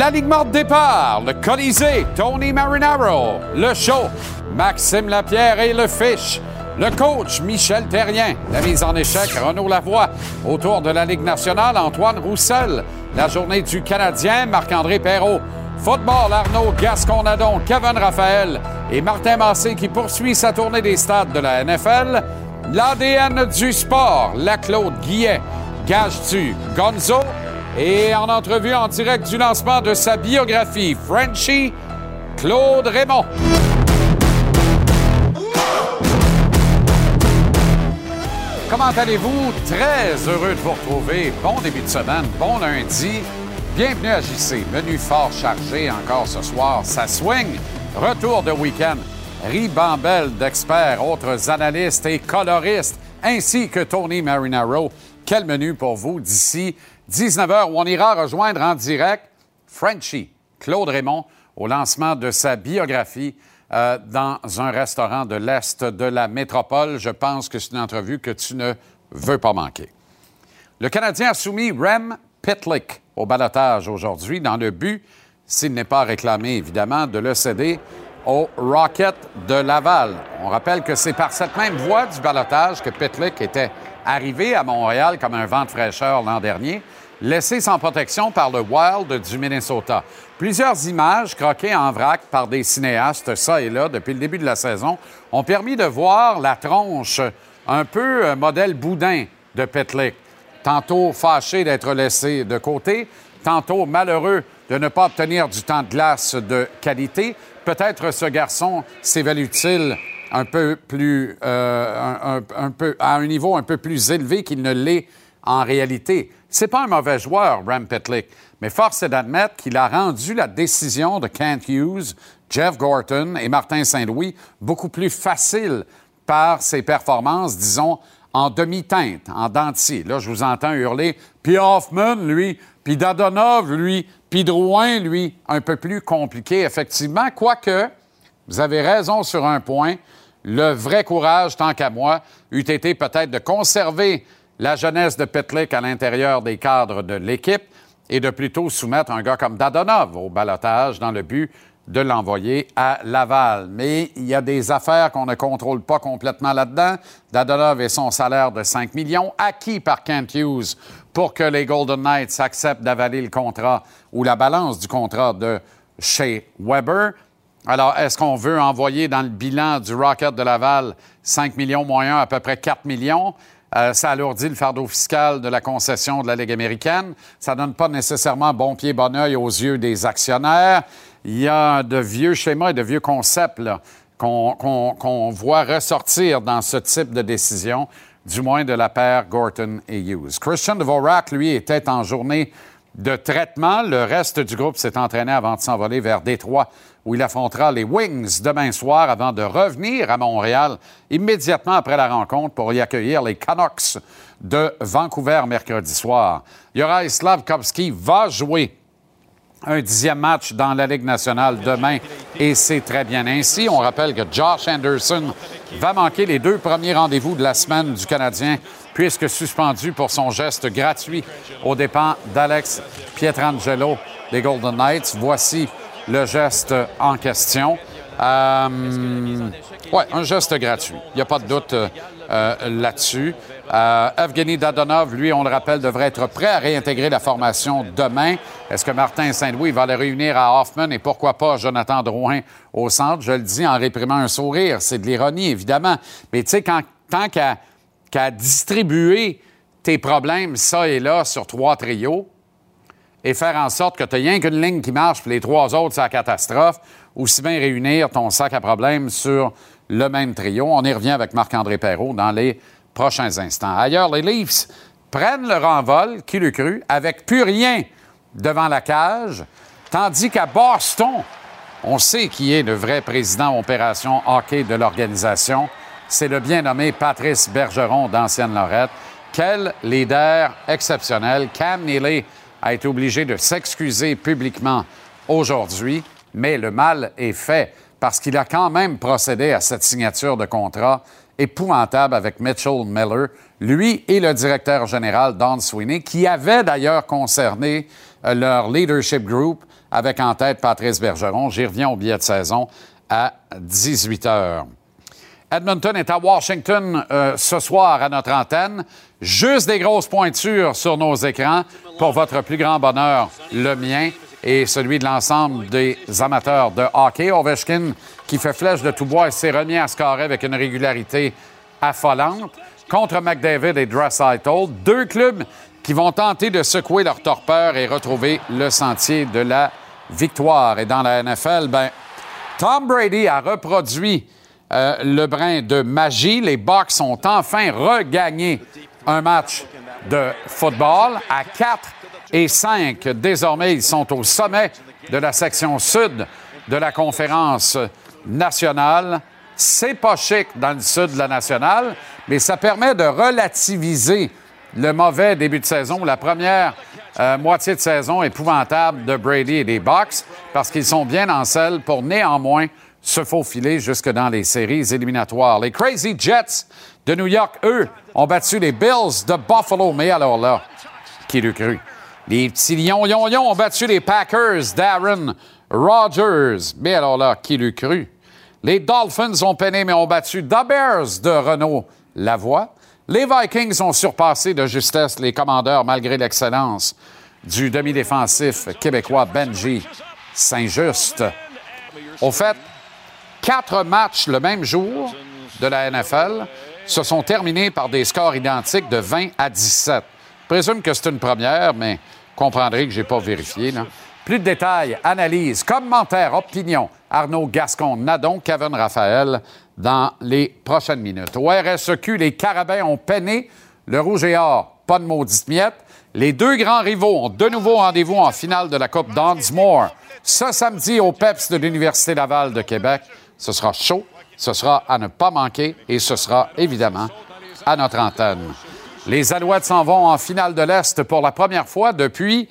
L'alignement de départ, le Colisée, Tony Marinaro. Le show, Maxime Lapierre et le Fish. Le coach, Michel Therrien. La mise en échec, Renaud Lavoie. Autour de la Ligue nationale, Antoine Roussel. La journée du Canadien, Marc-André Perrault. Football, Arnaud Gascon-Nadon, Kevin Raphaël et Martin Massé qui poursuit sa tournée des stades de la NFL. L'ADN du sport, la Claude Guillet. Gage-tu, Gonzo. Et en entrevue en direct du lancement de sa biographie, Frenchie, Claude Raymond. Comment allez-vous? Très heureux de vous retrouver. Bon début de semaine, bon lundi. Bienvenue à JC. Menu fort chargé encore ce soir. Ça swing. Retour de week-end. Ribambelle d'experts, autres analystes et coloristes, ainsi que Tony Marinaro. Quel menu pour vous d'ici 19h où on ira rejoindre en direct Frenchie, Claude Raymond, au lancement de sa biographie dans un restaurant de l'Est de la métropole. Je pense que c'est une entrevue que tu ne veux pas manquer. Le Canadien a soumis Rem Pitlick au ballottage aujourd'hui dans le but, s'il n'est pas réclamé évidemment, de le céder au Rocket de Laval. On rappelle que c'est par cette même voie du ballottage que Pitlick était arrivé à Montréal comme un vent de fraîcheur l'an dernier, laissé sans protection par le Wild du Minnesota. Plusieurs images croquées en vrac par des cinéastes, ça et là, depuis le début de la saison, ont permis de voir la tronche un peu modèle boudin de Pitlick. Tantôt fâché d'être laissé de côté, tantôt malheureux de ne pas obtenir du temps de glace de qualité. Peut-être ce garçon s'évalue-t-il un peu plus, à un niveau un peu plus élevé qu'il ne l'est en réalité. C'est pas un mauvais joueur, Rem Pitlick, mais force est d'admettre qu'il a rendu la décision de Kent Hughes, Jeff Gorton et Martin Saint-Louis beaucoup plus facile par ses performances, disons, en demi-teinte, en dentier. Là, je vous entends hurler, puis Hoffman, lui, puis Dadonov, lui, puis Drouin, lui, un peu plus compliqué, effectivement, quoique, vous avez raison sur un point, le vrai courage, tant qu'à moi, eût été peut-être de conserver la jeunesse de Pitlick à l'intérieur des cadres de l'équipe et de plutôt soumettre un gars comme Dadonov au ballottage dans le but de l'envoyer à Laval. Mais il y a des affaires qu'on ne contrôle pas complètement là-dedans. Dadonov et son salaire de 5 millions, acquis par Kent Hughes pour que les Golden Knights acceptent d'avaler le contrat ou la balance du contrat de Shea Weber. Alors, est-ce qu'on veut envoyer dans le bilan du Rocket de Laval 5 millions moins 1, à peu près 4 millions? Ça alourdit le fardeau fiscal de la concession de la Ligue américaine. Ça donne pas nécessairement bon pied, bon œil aux yeux des actionnaires. Il y a de vieux schémas et de vieux concepts là, qu'on voit ressortir dans ce type de décision, du moins de la paire Gorton et Hughes. Christian Dvorak, lui, était en journée de traitement. Le reste du groupe s'est entraîné avant de s'envoler vers Détroit, où il affrontera les Wings demain soir avant de revenir à Montréal immédiatement après la rencontre pour y accueillir les Canucks de Vancouver mercredi soir. Juraj Slafkovský va jouer un 10e match dans la Ligue nationale demain et c'est très bien ainsi. On rappelle que Josh Anderson va manquer les 2 premiers rendez-vous de la semaine du Canadien puisque suspendu pour son geste gratuit aux dépens d'Alex Pietrangelo des Golden Knights. Voici le geste en question. Oui, un geste gratuit. Il n'y a pas de doute là-dessus. Evgeny Dadonov, lui, on le rappelle, devrait être prêt à réintégrer la formation demain. Est-ce que Martin Saint-Louis va le réunir à Hoffman et pourquoi pas Jonathan Drouin au centre? Je le dis en réprimant un sourire. C'est de l'ironie, évidemment. Mais tu sais, tant qu'à distribuer tes problèmes ça et là sur 3 trios, et faire en sorte que tu n'as rien qu'une ligne qui marche, puis les 3 autres, c'est la catastrophe, aussi bien réunir ton sac à problèmes sur le même trio. On y revient avec Marc-André Perrault dans les prochains instants. Ailleurs, les Leafs prennent leur envol, qui l'eût cru, avec plus rien devant la cage, tandis qu'à Boston, on sait qui est le vrai président opération hockey de l'organisation. C'est le bien nommé Patrice Bergeron d'Ancienne Lorette. Quel leader exceptionnel. Cam Neely a été obligé de s'excuser publiquement aujourd'hui, mais le mal est fait parce qu'il a quand même procédé à cette signature de contrat épouvantable avec Mitchell Miller, lui et le directeur général Don Sweeney, qui avait d'ailleurs concerné leur leadership group avec en tête Patrice Bergeron. J'y reviens au billet de saison à 18h. Edmonton est à Washington ce soir à notre antenne. Juste des grosses pointures sur nos écrans pour votre plus grand bonheur, le mien et celui de l'ensemble des amateurs de hockey. Ovechkin, qui fait flèche de tout bois, s'est remis à scorer avec une régularité affolante contre McDavid et Draisaitl. Deux clubs qui vont tenter de secouer leur torpeur et retrouver le sentier de la victoire. Et dans la NFL, Tom Brady a reproduit le brin de magie. Les Bucs ont enfin regagné un match de football à 4-5. Désormais, ils sont au sommet de la section sud de la conférence nationale. C'est pas chic dans le sud de la nationale, mais ça permet de relativiser le mauvais début de saison, la première moitié de saison épouvantable de Brady et des Bucs, parce qu'ils sont bien en selle pour néanmoins se faufiler jusque dans les séries éliminatoires. Les Crazy Jets de New York, eux, ont battu les Bills de Buffalo. Mais alors là, qui l'eût cru? Les petits Lions ont battu les Packers d'Aaron Rodgers. Mais alors là, qui l'eût cru? Les Dolphins ont peiné, mais ont battu The Bears de Renaud Lavoie. Les Vikings ont surpassé de justesse les Commandeurs malgré l'excellence du demi-défensif québécois Benji Saint-Just. Au fait, 4 matchs le même jour de la NFL se sont terminés par des scores identiques de 20-17. Je présume que c'est une première, mais comprendrez que je n'ai pas vérifié, là. Plus de détails, analyses, commentaires, opinions. Arnaud Gascon-Nadon, Kevin Raphaël, dans les prochaines minutes. Au RSEQ, les Carabins ont peiné. Le Rouge et Or, pas de maudite miette. Les deux grands rivaux ont de nouveau rendez-vous en finale de la Coupe Dunsmore. Ce samedi au PEPS de l'Université Laval de Québec. Ce sera chaud, ce sera à ne pas manquer et ce sera évidemment à notre antenne. Les Alouettes s'en vont en finale de l'Est pour la première fois depuis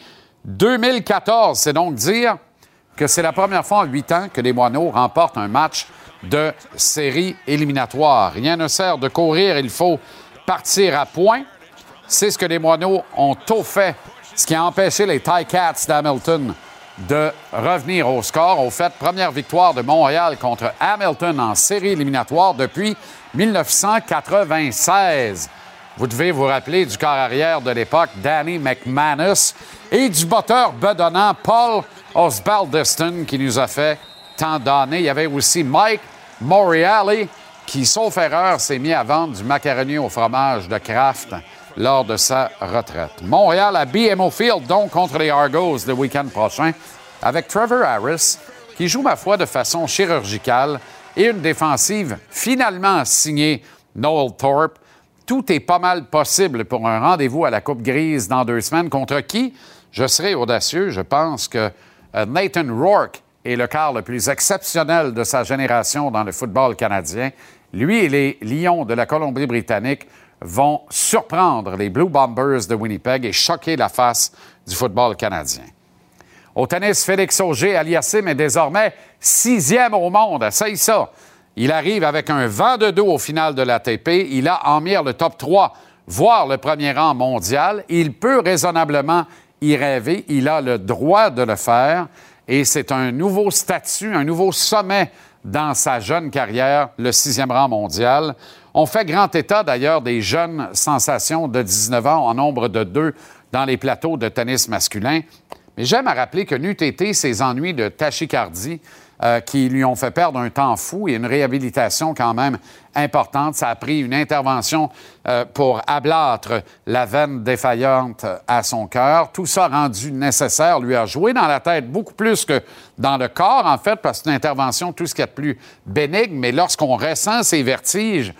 2014. C'est donc dire que c'est la première fois en 8 ans que les Moineaux remportent un match de série éliminatoire. Rien ne sert de courir, il faut partir à point. C'est ce que les Moineaux ont tôt fait, ce qui a empêché les Ticats d'Hamilton de revenir au score. Au fait, première victoire de Montréal contre Hamilton en série éliminatoire depuis 1996. Vous devez vous rappeler du corps arrière de l'époque, Danny McManus, et du botteur bedonnant Paul Osbaldiston, qui nous a fait tant d'années. Il y avait aussi Mike Morreale, qui, sauf erreur, s'est mis à vendre du macaroni au fromage de Kraft lors de sa retraite. Montréal à BMO Field, donc, contre les Argos le week-end prochain, avec Trevor Harris, qui joue, ma foi, de façon chirurgicale, et une défensive finalement signée Noel Thorpe. Tout est pas mal possible pour un rendez-vous à la Coupe grise dans 2 semaines, contre qui je serai audacieux. Je pense que Nathan Rourke est le quart le plus exceptionnel de sa génération dans le football canadien. Lui et les Lions de la Colombie-Britannique vont surprendre les Blue Bombers de Winnipeg et choquer la face du football canadien. Au tennis, Félix Auger-Aliassime est désormais 6e au monde. Essaye ça. Il arrive avec un vent de dos au final de l'ATP. Il a en mire le top 3, voire le premier rang mondial. Il peut raisonnablement y rêver. Il a le droit de le faire. Et c'est un nouveau statut, un nouveau sommet dans sa jeune carrière, le 6e rang mondial. On fait grand état, d'ailleurs, des jeunes sensations de 19 ans en nombre de 2 dans les plateaux de tennis masculin. Mais j'aime à rappeler que n'eût été ses ennuis de tachycardie qui lui ont fait perdre un temps fou et une réhabilitation quand même importante. Ça a pris une intervention pour abattre la veine défaillante à son cœur. Tout ça rendu nécessaire lui a joué dans la tête beaucoup plus que dans le corps, en fait, parce que c'est une intervention tout ce qu'il y a de plus bénigne. Mais lorsqu'on ressent ces vertiges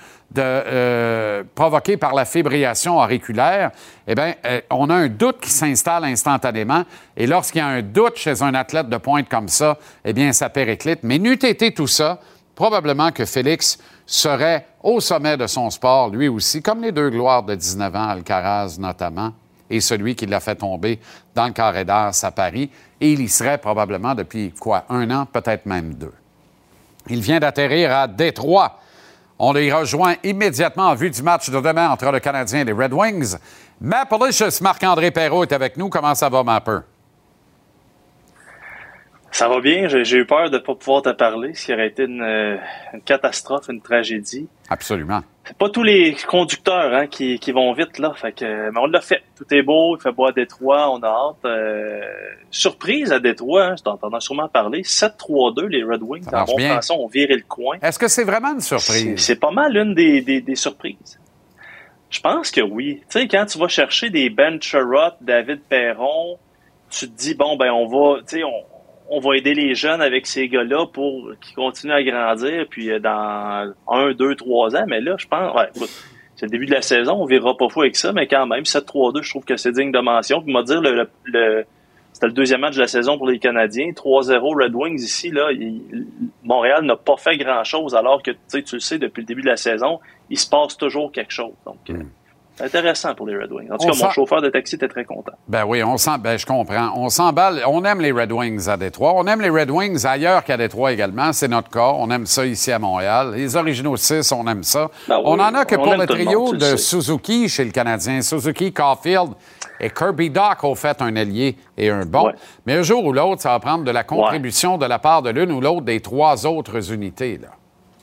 provoqués par la fibrillation auriculaire, eh bien, on a un doute qui s'installe instantanément. Et lorsqu'il y a un doute chez un athlète de pointe comme ça, eh bien, ça périclite. Mais n'eût été tout ça, probablement que Félix serait au sommet de son sport, lui aussi, comme les 2 gloires de 19 ans, Alcaraz notamment, et celui qui l'a fait tomber dans le carré d'as à Paris. Et il y serait probablement depuis, 1 an, peut-être même 2. Il vient d'atterrir à Détroit. On les rejoint immédiatement en vue du match de demain entre le Canadien et les Red Wings. Mapalicious, Marc-André Perreault est avec nous. Comment ça va, Mapper? Ça va bien. J'ai eu peur de ne pas pouvoir te parler, ce qui aurait été une catastrophe, une tragédie. Absolument. C'est pas tous les conducteurs qui vont vite, là. Fait que, mais on l'a fait. Tout est beau, il fait beau à Détroit, on a hâte. Surprise à Détroit, hein, t'en as sûrement parlé. 7-3-2, les Red Wings, en bon français, ont viré le coin. Est-ce que c'est vraiment une surprise? C'est pas mal une des surprises. Je pense que oui. Tu sais, quand tu vas chercher des Ben Chirot, David Perron, tu te dis, bon, ben, on va aider les jeunes avec ces gars-là pour qu'ils continuent à grandir, puis dans 1, 2, 3 ans. Mais là, je pense, écoute, c'est le début de la saison, on verra pas fou avec ça, mais quand même, 7-3-2, je trouve que c'est digne de mention. Puis, dire, c'était le deuxième match de la saison pour les Canadiens. 3-0 Red Wings ici, là. Montréal n'a pas fait grand-chose, alors que, tu le sais, depuis le début de la saison, il se passe toujours quelque chose. Donc, c'est intéressant pour les Red Wings. En tout cas, mon chauffeur de taxi était très content. Ben oui, je comprends. On s'emballe. On aime les Red Wings à Détroit. On aime les Red Wings ailleurs qu'à Détroit également. C'est notre cas. On aime ça ici à Montréal. Les Originaux 6, on aime ça. Ben oui, on en a que pour le trio de Suzuki chez le Canadien. Suzuki, Caulfield et Kirby Dach ont fait un ailier et un bon. Ouais. Mais un jour ou l'autre, ça va prendre de la contribution de la part de l'une ou l'autre des trois autres unités, là.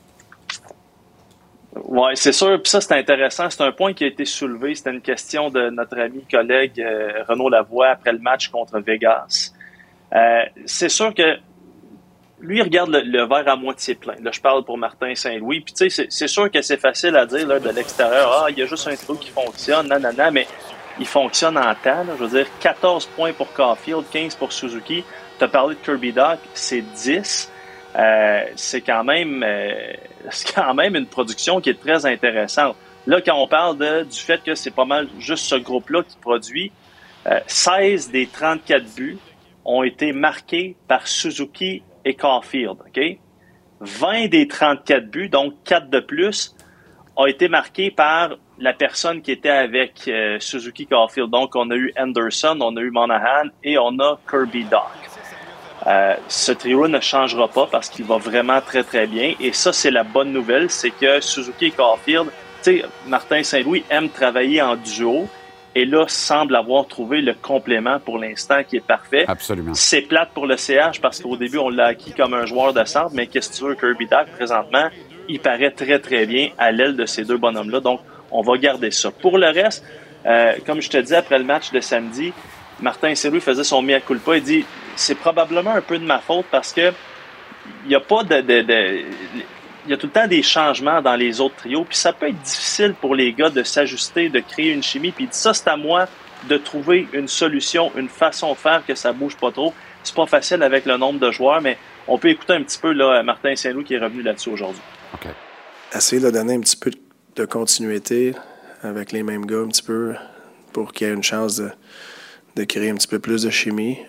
Oui, c'est sûr. Puis ça, c'est intéressant. C'est un point qui a été soulevé. C'était une question de notre ami collègue Renaud Lavoie après le match contre Vegas. C'est sûr que lui, il regarde le verre à moitié plein. Là, je parle pour Martin Saint-Louis. Puis tu sais, c'est sûr que c'est facile à dire là, de l'extérieur. Il y a juste un truc qui fonctionne, nanana, mais il fonctionne en temps. Là. Je veux dire, 14 points pour Caulfield, 15 pour Suzuki. Tu as parlé de Kirby Dach, c'est 10. C'est quand même une production qui est très intéressante. Là, quand on parle du fait que c'est pas mal juste ce groupe-là qui produit, 16 des 34 buts ont été marqués par Suzuki et Caulfield. Okay? 20 des 34 buts, donc 4 de plus, ont été marqués par la personne qui était avec Suzuki Caulfield. Donc, on a eu Anderson, on a eu Monahan et on a Kirby Dach. Ce trio ne changera pas parce qu'il va vraiment très, très bien. Et ça, c'est la bonne nouvelle, c'est que Suzuki et Caulfield, tu sais, Martin Saint-Louis aime travailler en duo et là, semble avoir trouvé le complément pour l'instant qui est parfait. Absolument. C'est plate pour le CH parce qu'au début, on l'a acquis comme un joueur de centre, mais qu'est-ce que tu veux, Kirby Dach, présentement, il paraît très, très bien à l'aile de ces deux bonhommes-là. Donc, on va garder ça. Pour le reste, comme je te dis, après le match de samedi, Martin Saint-Louis faisait son mea culpa. Il dit, c'est probablement un peu de ma faute parce que il y a pas il y a tout le temps des changements dans les autres trios, puis ça peut être difficile pour les gars de s'ajuster, de créer une chimie, puis il dit ça, c'est à moi de trouver une solution, une façon de faire que ça bouge pas trop. C'est pas facile avec le nombre de joueurs, mais on peut écouter un petit peu là, Martin Saint-Louis qui est revenu là-dessus aujourd'hui. Okay. Essayer de donner un petit peu de continuité avec les mêmes gars un petit peu pour qu'il y ait une chance de créer un petit peu plus de chimie.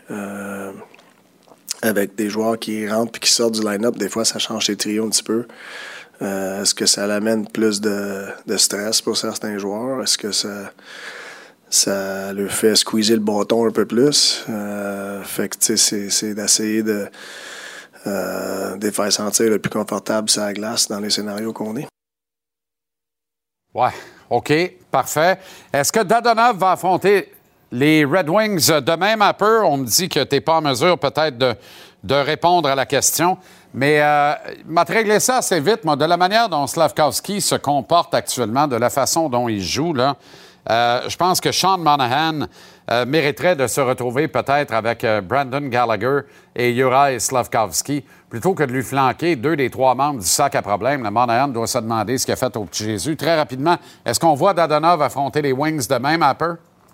Avec des joueurs qui rentrent puis qui sortent du line-up, des fois, ça change les trios un petit peu. Est-ce que ça amène plus de stress pour certains joueurs? Est-ce que ça leur fait squeezer le bâton un peu plus? Fait que, tu sais, c'est d'essayer de les faire sentir le plus confortable sur la glace dans les scénarios qu'on est. Ouais, OK, parfait. Est-ce que Dadonov va affronter les Red Wings demain, Mapper? On me dit que tu n'es pas en mesure peut-être de répondre à la question, mais m'a réglé ça assez vite, moi, de la manière dont Slafkovsky se comporte actuellement, de la façon dont il joue, là. Je pense que Sean Monahan mériterait de se retrouver peut-être avec Brandon Gallagher et Juraj Slafkovsky, plutôt que de lui flanquer 2 des 3 membres du sac à problème. Le Monahan doit se demander ce qu'il a fait au petit Jésus. Très rapidement, est-ce qu'on voit Dadonov affronter les Wings demain, Mapper?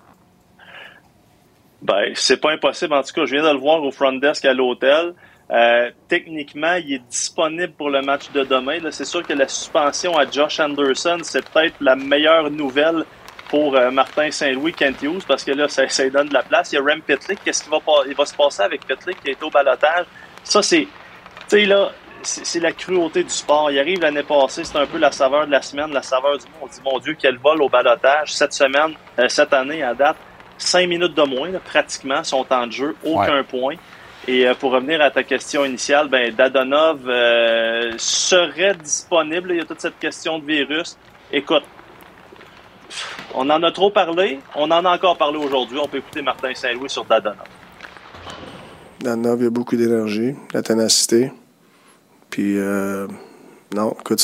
Ben, c'est pas impossible. En tout cas, je viens de le voir au front desk à l'hôtel. Techniquement, il est disponible pour le match de demain. Là, c'est sûr que la suspension à Josh Anderson, c'est peut-être la meilleure nouvelle pour Martin Saint-Louis, Kent Hughes, parce que là, ça donne de la place. Il y a Rem Pitlick. Qu'est-ce qui va se passer avec Pitlick qui est au balotage? Ça, c'est... Tu sais, là, c'est la cruauté du sport. Il arrive l'année passée, c'était un peu la saveur de la semaine, la saveur du mois. On dit, mon Dieu, quel vol au balotage. Cette année, à date, 5 minutes de moins, là, pratiquement, son temps de jeu, aucun point. Et pour revenir à ta question initiale, Dadonov serait disponible. Il y a toute cette question de virus. Écoute, on en a trop parlé. On en a encore parlé aujourd'hui. On peut écouter Martin Saint-Louis sur Dadonov. Dadonov, il a beaucoup d'énergie, la ténacité. Puis, non, écoute,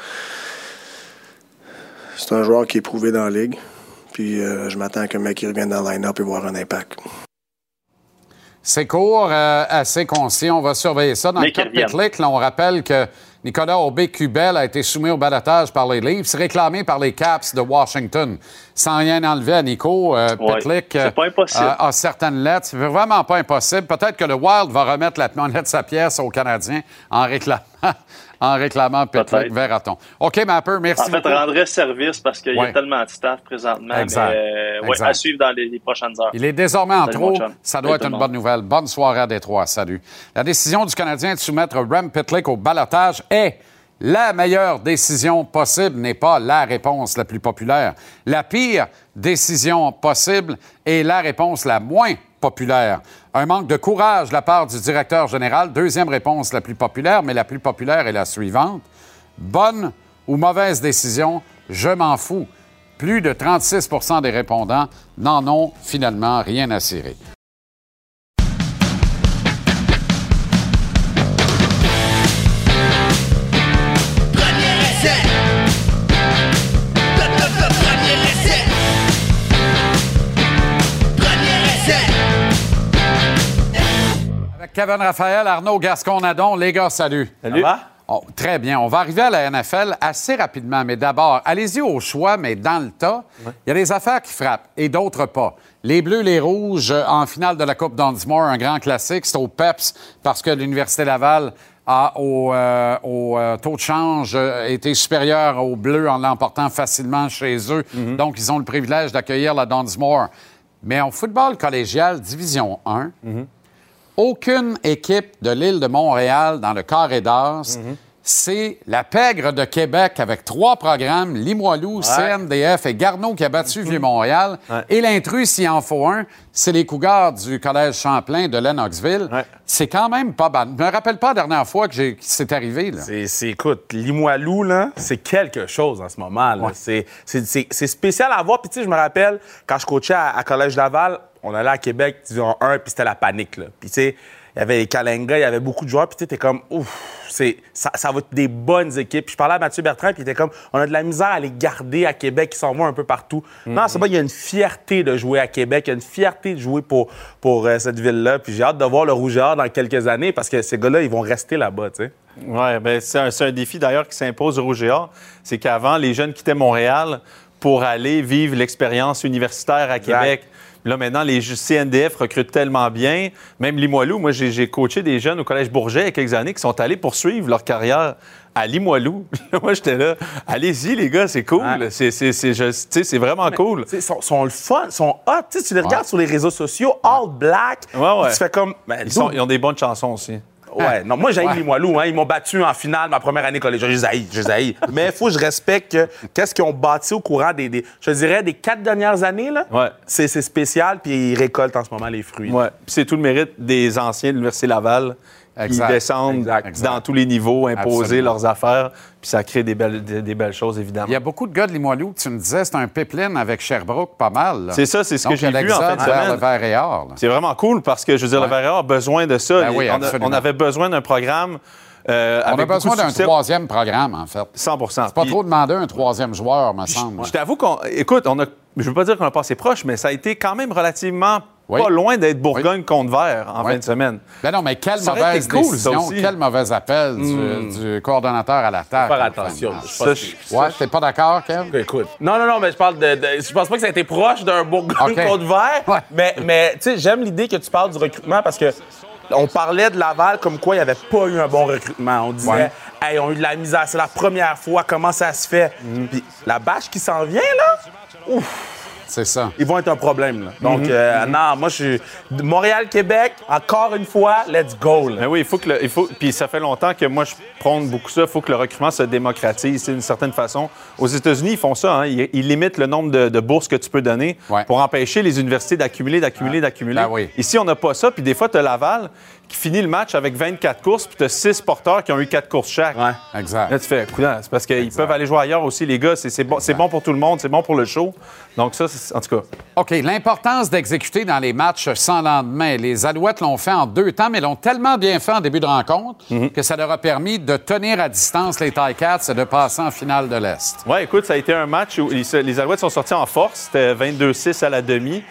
c'est un joueur qui est prouvé dans la ligue. Puis, je m'attends qu'un mec qui revienne dans le line-up et voir un impact. C'est court, assez concis. On va surveiller ça. Dans le cas de Pitlick, on rappelle que Nicolas Aubé-Kubel a été soumis au balotage par les Leafs, réclamé par les Caps de Washington. Sans rien enlever à Nico, Pitlick a certaines lettres. C'est vraiment pas impossible. Peut-être que le Wild va remettre la monnaie de sa pièce aux Canadiens en réclamant Pitlick, verra-t-on. OK, Mapper, merci beaucoup. Rendrait service parce qu'il y a tellement de staff présentement. Exact. Mais, à suivre dans les prochaines heures. Il est désormais en trop. Ça doit être une bonne nouvelle. Bonne soirée à Détroit. Salut. La décision du Canadien de soumettre Rem Pitlick au ballottage est la meilleure décision possible, n'est pas la réponse la plus populaire. La pire décision possible est la réponse la moins populaire. Un manque de courage de la part du directeur général. Deuxième réponse la plus populaire, mais la plus populaire est la suivante. Bonne ou mauvaise décision, je m'en fous. Plus de 36 % des répondants n'en ont finalement rien à cirer. Kevin Raphaël, Arnaud Gascon-Nadon. Les gars, salut. Salut. Ça va? Oh, très bien. On va arriver à la NFL assez rapidement, mais d'abord, allez-y au choix, mais dans le tas, il y a des affaires qui frappent et d'autres pas. Les Bleus, les Rouges, en finale de la Coupe Dunsmore, un grand classique, c'est au PEPS parce que l'Université Laval a, au taux de change, été supérieur aux Bleus en l'emportant facilement chez eux. Mm-hmm. Donc, ils ont le privilège d'accueillir la Dunsmore. Mais en football collégial, Division 1, aucune équipe de l'île de Montréal dans le carré d'as. C'est la Pègre de Québec avec 3 programmes, Limoilou, CNDF et Garneau qui a battu Vieux-Montréal. Et l'intrus, s'il en faut un, c'est les Cougars du Collège Champlain de Lennoxville. C'est quand même pas banal. Je me rappelle pas la dernière fois que c'est arrivé. Là. Écoute, Limoilou, là, c'est quelque chose en ce moment. Là. C'est spécial à voir. Puis tu sais, je me rappelle, quand je coachais à Collège Laval, on allait à Québec, division 1, puis c'était la panique. Là. Puis tu sais, il y avait les Kalenga, il y avait beaucoup de joueurs, puis tu sais, t'es comme, ouf, ça va être des bonnes équipes. Puis je parlais à Mathieu Bertrand, puis il était comme, on a de la misère à les garder à Québec, ils s'en vont un peu partout. Non, c'est pas, il y a une fierté de jouer à Québec, il y a une fierté de jouer pour cette ville-là, puis j'ai hâte de voir le Rouge et Or dans quelques années, parce que ces gars-là, ils vont rester là-bas, tu sais. Oui, bien, c'est un défi d'ailleurs qui s'impose au Rouge et Or. C'est qu'avant, les jeunes quittaient Montréal pour aller vivre l'expérience universitaire à Québec. Là, maintenant, les CNDF recrutent tellement bien. Même Limoilou, moi, j'ai coaché des jeunes au Collège Bourget il y a quelques années qui sont allés poursuivre leur carrière à Limoilou. Moi, j'étais là. Allez-y, les gars, c'est cool. C'est vraiment cool. Ils sont le fun, ils sont hot. T'sais, tu les regardes sur les réseaux sociaux, all black. Tu fais comme... Ils ont des bonnes chansons aussi. Non, moi, j'ai Limoilou. Ils m'ont battu en finale ma première année collégiale. Je les haïs. Mais il faut que je respecte qu'est-ce qu'ils ont bâti au courant je dirais, des 4 dernières années. Là. C'est spécial, puis ils récoltent en ce moment les fruits. Puis c'est tout le mérite des anciens de l'Université Laval qui descendent dans tous les niveaux, imposer leurs affaires, puis ça crée des belles choses, évidemment. Il y a beaucoup de gars de Limoilou, tu me disais, c'est un pipeline avec Sherbrooke, pas mal. Là. C'est ça, c'est ce que j'ai vu en fait. Vers le Vert et Or. Là. C'est vraiment cool parce que, je veux dire, le Vert et Or a besoin de ça. On avait besoin d'un programme. On a besoin d'un 3e programme, en fait. 100%. C'est pas trop demander un 3e joueur, me semble. Je t'avoue écoute, je veux pas dire qu'on a passé proche, mais ça a été quand même relativement pas loin d'être Bourgogne contre Vert en fin de semaine. Ben non, mais quelle mauvaise décision, quel mauvais appel du coordonnateur à l'attaque. Faire attention. T'es pas d'accord, Kev? Écoute. Non, mais je parle je pense pas que ça a été proche d'un Bourgogne contre Vert, mais tu sais, j'aime l'idée que tu parles du recrutement parce que on parlait de Laval comme quoi il n'y avait pas eu un bon recrutement. On disait, hey, on a eu de la misère, c'est la première fois, comment ça se fait? Puis la bâche qui s'en vient, là, ouf! C'est ça. Ils vont être un problème, là. Donc, non, moi, je suis Montréal-Québec, encore une fois, let's go, là. Mais oui, puis ça fait longtemps que moi, je prône beaucoup ça. Il faut que le recrutement se démocratise d'une certaine façon. Aux États-Unis, ils font ça. Hein? Ils limitent le nombre de bourses que tu peux donner pour empêcher les universités d'accumuler. Ben oui. Ici, on n'a pas ça. Puis des fois, tu as Laval qui finit le match avec 24 courses, puis tu as 6 porteurs qui ont eu 4 courses chaque. Ouais. Exact. Là, tu fais, c'est parce qu'ils peuvent aller jouer ailleurs aussi, les gars. C'est bon pour tout le monde, c'est bon pour le show. Donc ça, en tout cas. OK, l'importance d'exécuter dans les matchs sans lendemain. Les Alouettes l'ont fait en 2 temps, mais l'ont tellement bien fait en début de rencontre que ça leur a permis de tenir à distance les Ticats et de passer en finale de l'Est. Oui, écoute, ça a été un match où les Alouettes sont sortis en force. C'était 22-6 à la demi.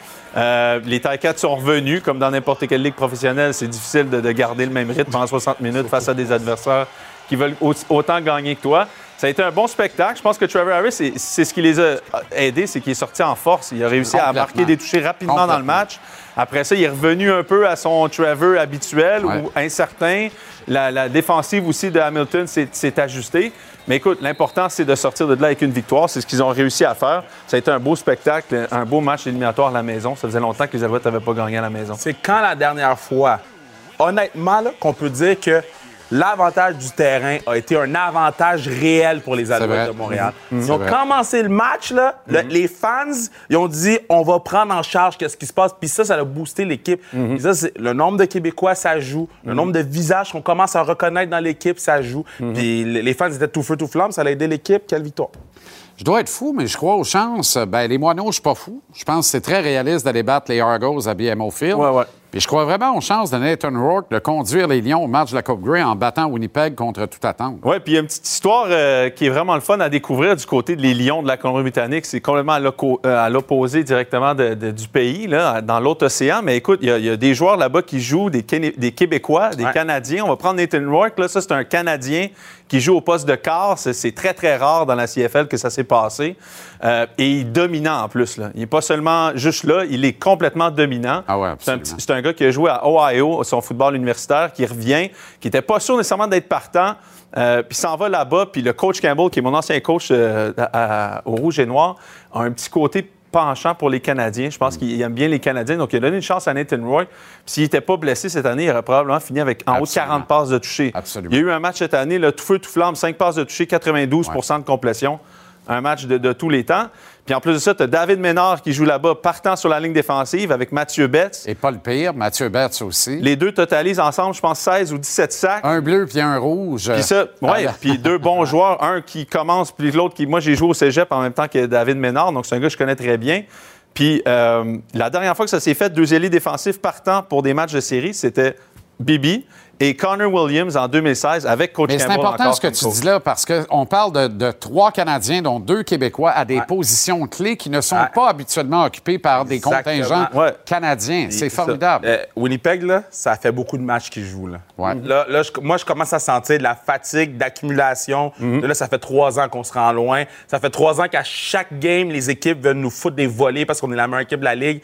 Les Ticats sont revenus, comme dans n'importe quelle ligue professionnelle. C'est difficile de garder le même rythme pendant 60 minutes face à des adversaires qui veulent autant gagner que toi. Ça a été un bon spectacle. Je pense que Trevor Harris, c'est ce qui les a aidés, c'est qu'il est sorti en force. Il a réussi à marquer des touchés rapidement dans le match. Après ça, il est revenu un peu à son Trevor habituel ou incertain. La défensive aussi de Hamilton s'est ajustée. Mais écoute, l'important, c'est de sortir de là avec une victoire. C'est ce qu'ils ont réussi à faire. Ça a été un beau spectacle, un beau match éliminatoire à la maison. Ça faisait longtemps que les Alouettes n'avaient pas gagné à la maison. C'est quand la dernière fois, honnêtement, là, qu'on peut dire que l'avantage du terrain a été un avantage réel pour les Alouettes de Montréal. Ils ont commencé le match, là, les fans, ils ont dit on va prendre en charge qu'est-ce qui se passe. Puis ça a boosté l'équipe. Puis ça, le nombre de Québécois, ça joue. Le nombre de visages qu'on commence à reconnaître dans l'équipe, ça joue. Puis les fans étaient tout feu, tout flamme. Ça a aidé l'équipe. Quelle victoire. Je dois être fou, mais je crois aux chances. Les Moineaux, je suis pas fou. Je pense que c'est très réaliste d'aller battre les Argos à BMO Field. Ouais. Puis je crois vraiment aux chances de Nathan Rourke de conduire les Lions au match de la Coupe Grey en battant Winnipeg contre toute attente. Oui, puis il y a une petite histoire qui est vraiment le fun à découvrir du côté des Lions de la Colombie-Britannique. C'est complètement à l'opposé directement du pays, là, dans l'autre océan. Mais écoute, il y a des joueurs là-bas qui jouent, des Québécois, des Canadiens. On va prendre Nathan Rourke. Là, ça, c'est un Canadien qui joue au poste de quart. C'est très, très rare dans la CFL que ça s'est passé. Et il est dominant en plus. Là. Il n'est pas seulement juste là, il est complètement dominant. Ah ouais, absolument. C'est un gars qui a joué à Ohio, son football universitaire, qui revient, qui n'était pas sûr nécessairement d'être partant, puis s'en va là-bas. Puis le coach Campbell, qui est mon ancien coach au Rouge et Noir, a un petit côté penchant pour les Canadiens. Je pense qu'il aime bien les Canadiens. Donc, il a donné une chance à Nathan Rourke. Puis s'il n'était pas blessé cette année, il aurait probablement fini avec en haut de 40 passes de toucher. Absolument. Il y a eu un match cette année, là, tout feu, tout flamme, 5 passes de toucher, 92 de complétion. Un match de tous les temps. Puis en plus de ça, tu as David Ménard qui joue là-bas, partant sur la ligne défensive avec Mathieu Betts. Et pas le pire, Mathieu Betts aussi. Les deux totalisent ensemble, je pense, 16 ou 17 sacs. Un bleu puis un rouge. Puis ça, puis 2 bons joueurs. Un qui commence, puis l'autre qui... Moi, j'ai joué au cégep en même temps que David Ménard, donc c'est un gars que je connais très bien. Puis la dernière fois que ça s'est fait, 2 ailiers défensifs partant pour des matchs de série, c'était Bibi et Connor Williams en 2016 avec coach Campbell. Mais c'est important ce que tu dis là parce qu'on parle de 3 Canadiens, dont 2 Québécois, à des positions clés qui ne sont pas habituellement occupées par des contingents canadiens. C'est formidable. Winnipeg, là, ça fait beaucoup de matchs qu'ils jouent. Là. Ouais. Là, moi, je commence à sentir de la fatigue, d'accumulation. Là, ça fait 3 ans qu'on se rend loin. Ça fait 3 ans qu'à chaque game, les équipes veulent nous foutre des volées parce qu'on est la meilleure équipe de la Ligue.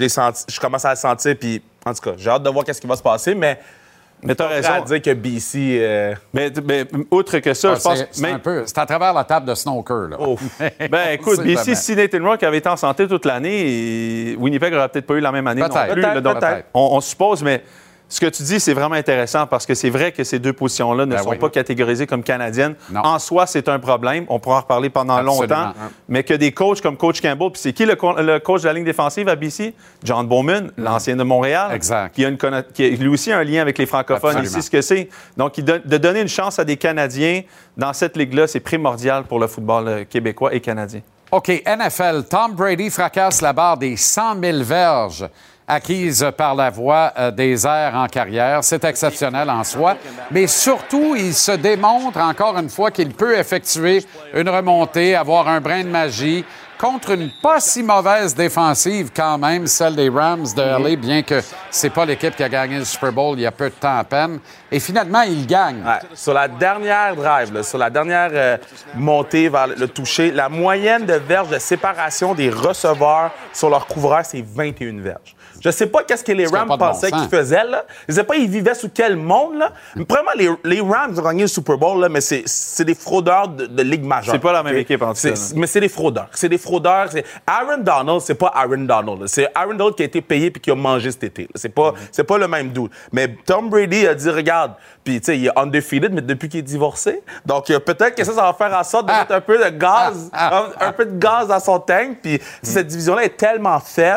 Je commence à le sentir, puis en tout cas, j'ai hâte de voir qu'est-ce qui va se passer, mais t'as raison. À dire que BC... Mais outre que ça, je pense... C'est à travers la table de snooker, là. Écoute, BC, si Nathan Rourke avait été en santé toute l'année, Winnipeg n'aurait peut-être pas eu la même année non plus. Peut-être. On suppose, mais ce que tu dis, c'est vraiment intéressant parce que c'est vrai que ces 2 positions-là ne sont pas catégorisées comme canadiennes. Non. En soi, c'est un problème. On pourra en reparler pendant longtemps. Mais que des coachs comme coach Campbell, puis c'est qui le coach de la ligne défensive à BC? John Bowman, l'ancien de Montréal. Exact. Qui a lui aussi un lien avec les francophones. Absolument. Ici, ce que c'est. Donc, de donner une chance à des Canadiens dans cette ligue-là, c'est primordial pour le football québécois et canadien. OK, NFL. Tom Brady fracasse la barre des 100 000 verges acquises par la voie des airs en carrière. C'est exceptionnel en soi. Mais surtout, il se démontre encore une fois qu'il peut effectuer une remontée, avoir un brin de magie contre une pas si mauvaise défensive quand même, celle des Rams de LA, bien que c'est pas l'équipe qui a gagné le Super Bowl il y a peu de temps à peine. Et finalement, il gagne. Ouais. Sur la dernière drive, là, sur la dernière montée vers le toucher, la moyenne de verges de séparation des receveurs sur leur couvreur, c'est 21 verges. Je sais pas qu'est-ce que les Rams pensaient qu'ils faisaient, là. Je sais pas ils vivaient sous quel monde, là. Premièrement, les Rams ont gagné le Super Bowl, là, mais c'est des fraudeurs de Ligue majeure. C'est pas la même équipe, en tout cas. Mais c'est des fraudeurs. C'est des fraudeurs. Aaron Donald, c'est pas Aaron Donald. Là. C'est Aaron Donald qui a été payé puis qui a mangé cet été. C'est pas le même dude. Mais Tom Brady a dit, regarde, puis tu sais, il est undefeated, mais depuis qu'il est divorcé. Donc, peut-être que ça va faire en sorte de mettre un peu de gaz, un peu de gaz dans son tank. Puis cette division-là est tellement faible.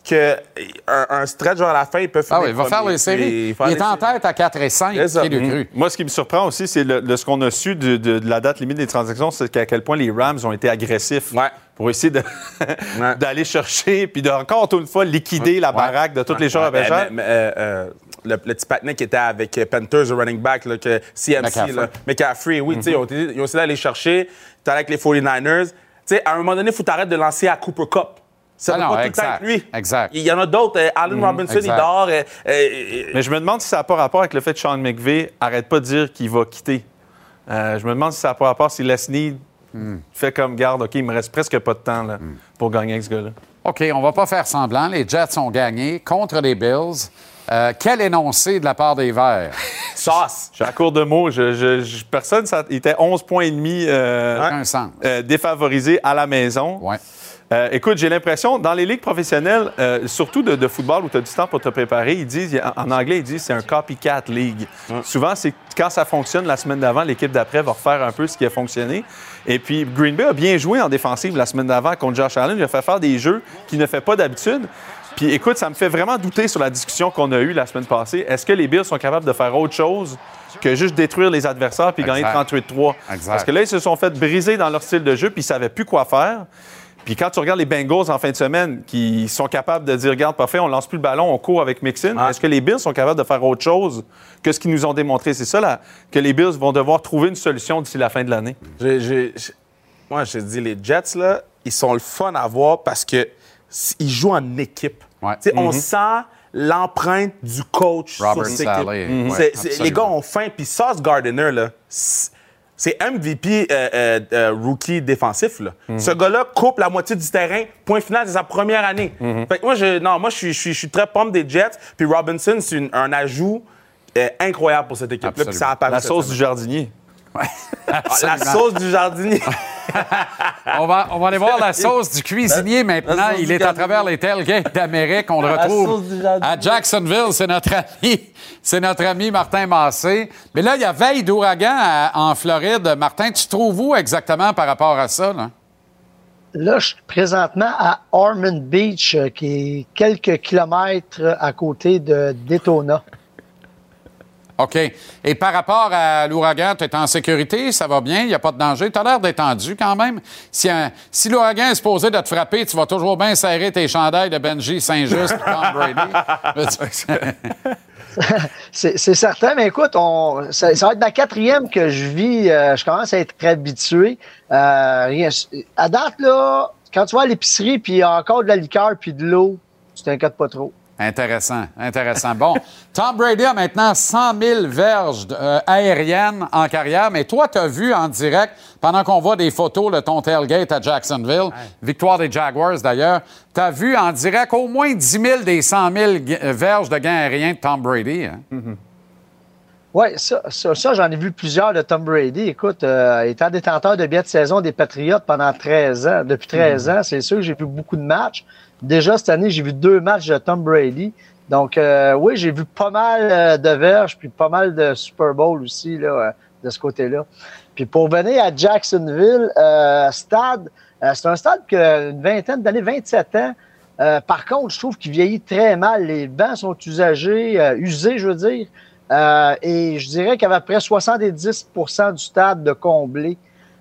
qu'un stretch vers la fin, il peut faire il va faire les séries. Il est en tête à 4-5, qui le cru. Moi, ce qui me surprend aussi, c'est ce qu'on a su de la date limite des transactions, c'est à quel point les Rams ont été agressifs pour essayer d'aller chercher, puis encore une fois liquider la baraque de toutes les choses à Béchard. Le petit patinet qui était avec Panthers, le running back, là, que CMC, McCaffrey, oui, tu sais, ils ont essayé d'aller chercher. Tu avec les 49ers. Tu sais, à un moment donné, il faut t'arrêter de lancer à Cooper Kupp. Ça va pas tout le temps avec lui. Exact. Il y en a d'autres. Allen Robinson, il dort. Mais je me demande si ça n'a pas rapport avec le fait que Sean McVay arrête pas de dire qu'il va quitter. Je me demande si ça n'a pas rapport si Les Snead fait comme garde. OK, il me reste presque pas de temps là, pour gagner avec ce gars-là. OK, on va pas faire semblant. Les Jets ont gagné contre les Bills. Quel énoncé de la part des Verts? Sauce! Je suis à court de mots. Personne, il était 11 points et demi défavorisé à la maison. Ouais. Écoute, j'ai l'impression, dans les ligues professionnelles, surtout de football où tu as du temps pour te préparer, ils disent, en anglais, ils disent c'est un copycat league. Souvent, c'est quand ça fonctionne la semaine d'avant, l'équipe d'après va refaire un peu ce qui a fonctionné. Et puis, Green Bay a bien joué en défensive la semaine d'avant contre Josh Allen. Il a fait faire des jeux qu'il ne fait pas d'habitude. Puis, écoute, ça me fait vraiment douter sur la discussion qu'on a eue la semaine passée. Est-ce que les Bills sont capables de faire autre chose que juste détruire les adversaires puis gagner 38-3? Parce que là, ils se sont fait briser dans leur style de jeu puis ils ne savaient plus quoi faire. Puis quand tu regardes les Bengals en fin de semaine, qui sont capables de dire, regarde, parfait, on lance plus le ballon, on court avec Mixon, est-ce que les Bills sont capables de faire autre chose que ce qu'ils nous ont démontré? C'est ça, là, que les Bills vont devoir trouver une solution d'ici la fin de l'année. Moi, je dis, les Jets, là, ils sont le fun à voir parce qu'ils jouent en équipe. On sent l'empreinte du coach Robert sur cette équipe. Les gars ont faim. Puis Sauce Gardner, là, c'est MVP rookie défensif. Là. Ce gars-là coupe la moitié du terrain. Point final, c'est sa première année. Fait que moi, je suis très pompe des Jets. Puis Robinson, c'est un ajout incroyable pour cette équipe-là. Puis ça a la sauce du jardinier. Ouais. La sauce du jardinier. on va aller voir la sauce du cuisinier maintenant. Il est à travers les tailgates d'Amérique. On le retrouve à Jacksonville. C'est notre ami Martin Massé. Mais là, il y a veille d'ouragan en Floride. Martin, tu te trouves où exactement par rapport à ça? Là, je suis présentement à Ormond Beach, qui est quelques kilomètres à côté de Daytona. OK. Et par rapport à l'ouragan, tu es en sécurité? Ça va bien? Il n'y a pas de danger? Tu as l'air détendu quand même. Si l'ouragan est supposé de te frapper, tu vas toujours bien serrer tes chandails de Benji Saint-Just et Tom Brady. C'est certain, mais écoute, ça va être ma 4e que je vis. Je commence à être habitué. À date, là, quand tu vas à l'épicerie puis il y a encore de la liqueur puis de l'eau, tu t'inquiètes pas trop. Intéressant. Bon, Tom Brady a maintenant 100 000 verges aériennes en carrière, mais toi, tu as vu en direct, pendant qu'on voit des photos de ton tailgate à Jacksonville, victoire des Jaguars d'ailleurs, tu as vu en direct au moins 10 000 des 100 000 verges de gains aériens de Tom Brady. Hein? Mm-hmm. Oui, ça, j'en ai vu plusieurs de Tom Brady. Écoute, étant détenteur de billets de saison des Patriots pendant 13 ans, depuis 13 ans, c'est sûr que j'ai vu beaucoup de matchs. Déjà, cette année, j'ai vu 2 matchs de Tom Brady. Donc, oui, j'ai vu pas mal de verges, puis pas mal de Super Bowl aussi, là, de ce côté-là. Puis pour venir à Jacksonville, stade, c'est un stade qui a une vingtaine d'années, 27 ans. Par contre, je trouve qu'il vieillit très mal. Les bancs sont usés, je veux dire. Et je dirais qu'il y avait à peu près 70% du stade de comblé.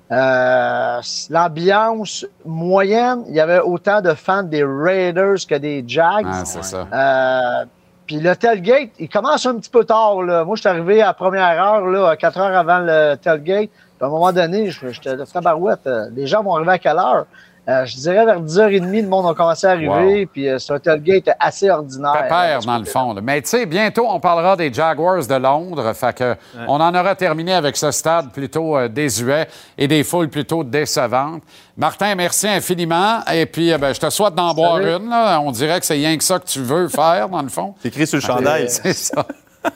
L'ambiance moyenne, il y avait autant de fans des Raiders que des Jags. Ah, c'est ça. Puis le tailgate, il commence un petit peu tard. Là. Moi, je suis arrivé à la première heure, là, 4 heures avant le tailgate. Puis à un moment donné, j'étais de tabarouette. Les gens vont arriver à quelle heure? Je dirais vers 10h30, le monde a commencé à arriver, puis c'est un tailgate assez ordinaire. Pépère, dans le fond. Là. Mais tu sais, bientôt, on parlera des Jaguars de Londres. Fait que on en aura terminé avec ce stade plutôt désuet et des foules plutôt décevantes. Martin, merci infiniment. Et puis, je te souhaite d'en boire une. Là. On dirait que c'est rien que ça que tu veux faire, dans le fond. C'est écrit sur le chandail. C'est ça.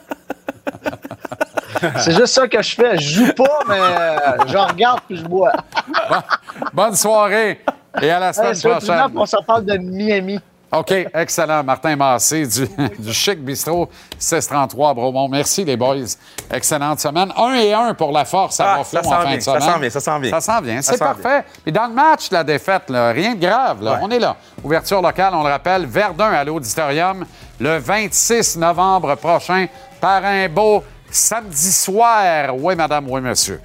C'est juste ça que je fais. Je joue pas, mais je regarde puis je bois. Bonne soirée et à la semaine prochaine. On s'en parle de Miami. OK, excellent. Martin Massé du Chic Bistrot 633 à Bromont. Merci, les boys. Excellente semaine. 1-1 pour la force à Buffalo en fin de semaine. Ça s'en vient. Ça s'en vient. C'est parfait. Et dans le match, la défaite, là, rien de grave. Là. Ouais. On est là. Ouverture locale, on le rappelle, Verdun à l'Auditorium le 26 novembre prochain par un beau samedi soir. Oui, madame, oui, monsieur.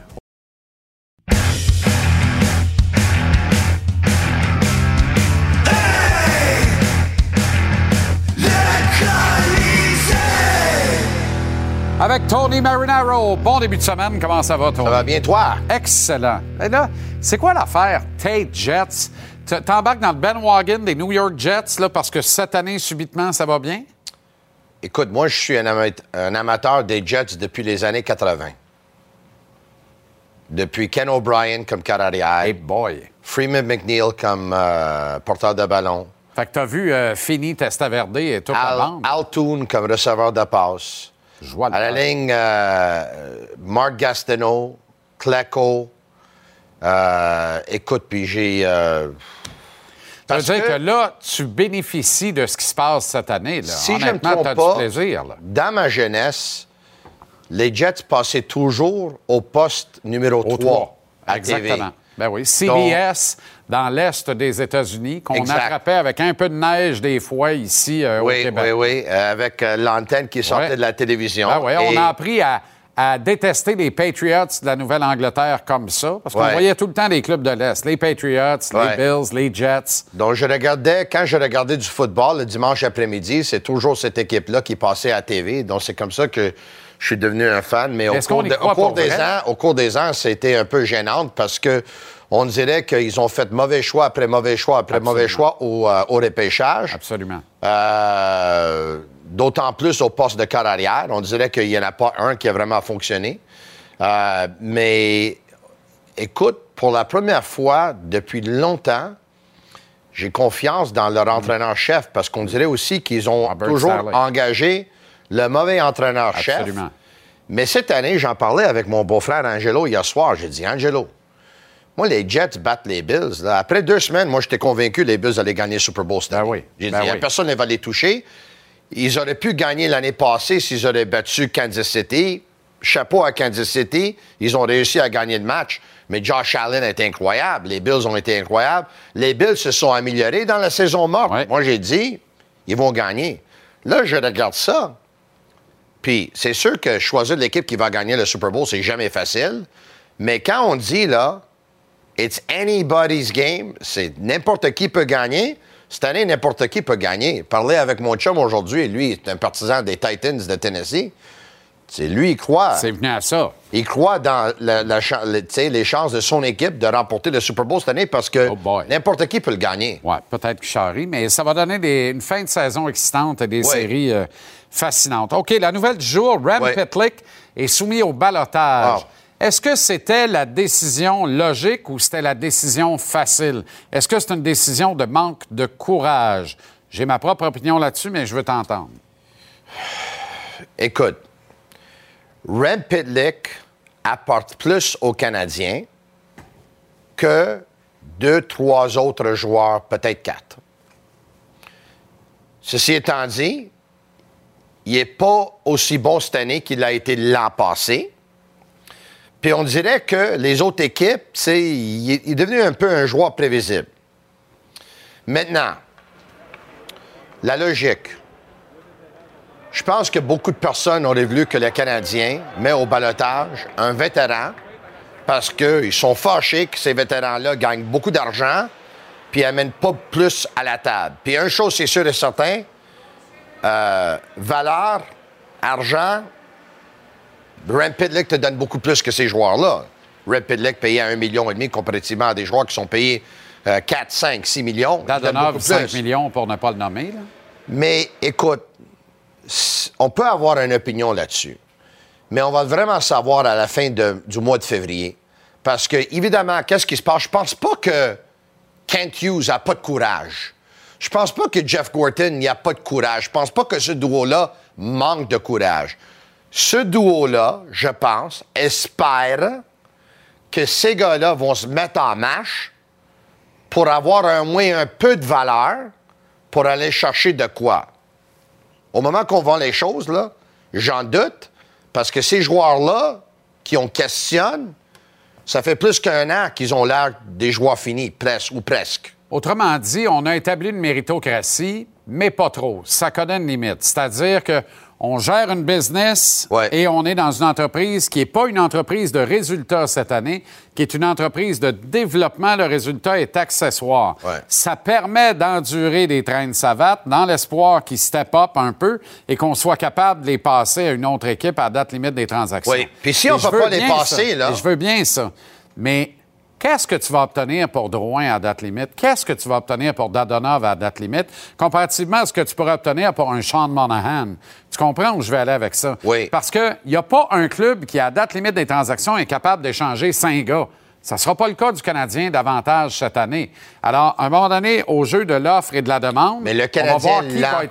Avec Tony Marinaro. Bon début de semaine. Comment ça va, Tony? Ça va bien, toi? Excellent. Et là, c'est quoi l'affaire Tate Jets? T'embarques dans le bandwagon des New York Jets là, parce que cette année, subitement, ça va bien? Écoute, moi, je suis un amateur des Jets depuis les années 80. Depuis Ken O'Brien comme carrière. Hey boy. Freeman McNeil comme porteur de ballon. Fait que t'as vu Fini Testaverde et toute la bande? Al Toon comme receveur de passe. Je vois le À la faire. ligne, Mark Gastineau, Klecko. Écoute, puis j'ai... Ça veut dire que là, tu bénéficies de ce qui se passe cette année. Là. Si je ne me Honnêtement, trompe t'as pas, du plaisir. Là. dans ma jeunesse, les Jets passaient toujours au poste numéro 3 à Exactement. TV. Ben oui. CBS, dans l'Est des États-Unis, qu'on Exact. attrapait avec un peu de neige des fois ici au Oui, Québec. oui, avec l'antenne qui sortait Ouais. de la télévision. Ben oui, on Et- a appris à détester les Patriots de la Nouvelle-Angleterre comme ça, parce qu'on Ouais. voyait tout le temps des clubs de l'Est. Les Patriots, les Ouais. Bills, les Jets. Donc, quand je regardais du football le dimanche après-midi, c'est toujours cette équipe-là qui passait à la TV. Donc, c'est comme ça que je suis devenu un fan. Mais Est-ce qu'on y croit au cours des ans, c'était un peu gênant parce que on dirait qu'ils ont fait mauvais choix après mauvais choix après mauvais choix au repêchage. Absolument. D'autant plus au poste de corps arrière. On dirait qu'il n'y en a pas un qui a vraiment fonctionné. Mais écoute, pour la première fois depuis longtemps, j'ai confiance dans leur entraîneur-chef parce qu'on dirait aussi qu'ils ont Robert toujours Saleh. engagé le mauvais entraîneur-chef. Absolument. Mais cette année, j'en parlais avec mon beau-frère Angelo hier soir. J'ai dit, Angelo, moi, les Jets battent les Bills. Là. Après 2 semaines, moi, j'étais convaincu que les Bills allaient gagner le Super Bowl cette année. oui. J'ai Ben dit, oui. personne ne va les toucher. Ils auraient pu gagner l'année passée s'ils auraient battu Kansas City. Chapeau à Kansas City. Ils ont réussi à gagner le match. Mais Josh Allen est incroyable. Les Bills ont été incroyables. Les Bills se sont améliorés dans la saison morte. Ouais. Moi, j'ai dit, ils vont gagner. Là, je regarde ça. Puis, c'est sûr que choisir l'équipe qui va gagner le Super Bowl, c'est jamais facile. Mais quand on dit, là, it's anybody's game, c'est n'importe qui peut gagner. Cette année, n'importe qui peut gagner. Parler avec mon chum aujourd'hui, lui, est un partisan des Titans de Tennessee. C'est lui, il croit. C'est venu à ça. Il croit dans les chances de son équipe de remporter le Super Bowl cette année parce que Oh boy. n'importe qui peut le gagner. Oui, peut-être que charrie, mais ça va donner une fin de saison excitante et des séries fascinantes. OK, la nouvelle du jour, Rem Ouais. Pitlick est soumis au ballottage. Wow. Est-ce que c'était la décision logique ou c'était la décision facile? Est-ce que c'est une décision de manque de courage? J'ai ma propre opinion là-dessus, mais je veux t'entendre. Écoute, Rem Pitlick apporte plus aux Canadiens que 2, 3 autres joueurs, peut-être 4. Ceci étant dit, il n'est pas aussi bon cette année qu'il a été l'an passé. Puis on dirait que les autres équipes, il est devenu un peu un joueur prévisible. Maintenant, la logique. Je pense que beaucoup de personnes auraient voulu que le Canadien mette au ballottage un vétéran parce qu'ils sont fâchés que ces vétérans-là gagnent beaucoup d'argent puis n'amènent pas plus à la table. Puis une chose, c'est sûr et certain, valeur, argent, Rem Pitlick te donne beaucoup plus que ces joueurs-là. Rem Pitlick payé à 1,5 million comparativement à des joueurs qui sont payés 4, 5, 6 millions. Il donne Dadonov, beaucoup 5 plus. millions pour ne pas le nommer. Là. Mais écoute, on peut avoir une opinion là-dessus. Mais on va vraiment savoir à la fin du mois de février. Parce que, évidemment, qu'est-ce qui se passe? Je pense pas que Kent Hughes n'a pas de courage. Je pense pas que Jeff Gorton n'a pas de courage. Je pense pas que ce duo-là manque de courage. Ce duo-là, je pense, espère que ces gars-là vont se mettre en marche pour avoir au moins un peu de valeur pour aller chercher de quoi? Au moment qu'on vend les choses, là, j'en doute, parce que ces joueurs-là qui on questionne, ça fait plus qu'un an qu'ils ont l'air des joueurs finis, presque. Autrement dit, on a établi une méritocratie, mais pas trop. Ça connaît une limite. C'est-à-dire qu'on gère une business et on est dans une entreprise qui n'est pas une entreprise de résultats cette année, qui est une entreprise de développement. Le résultat est accessoire. Ouais. Ça permet d'endurer des trains de savate dans l'espoir qu'ils step up un peu et qu'on soit capable de les passer à une autre équipe à date limite des transactions. Oui. Puis si on ne peut pas les passer, là... Et je veux bien ça. Mais... qu'est-ce que tu vas obtenir pour Drouin à date limite? Qu'est-ce que tu vas obtenir pour Dadonov à date limite? Comparativement à ce que tu pourrais obtenir pour un Sean Monahan. Tu comprends où je vais aller avec ça? Oui. Parce qu'il n'y a pas un club qui, à date limite des transactions, est capable d'échanger 5 gars. Ça ne sera pas le cas du Canadien davantage cette année. Alors, à un moment donné, au jeu de l'offre et de la demande, mais le Canadien,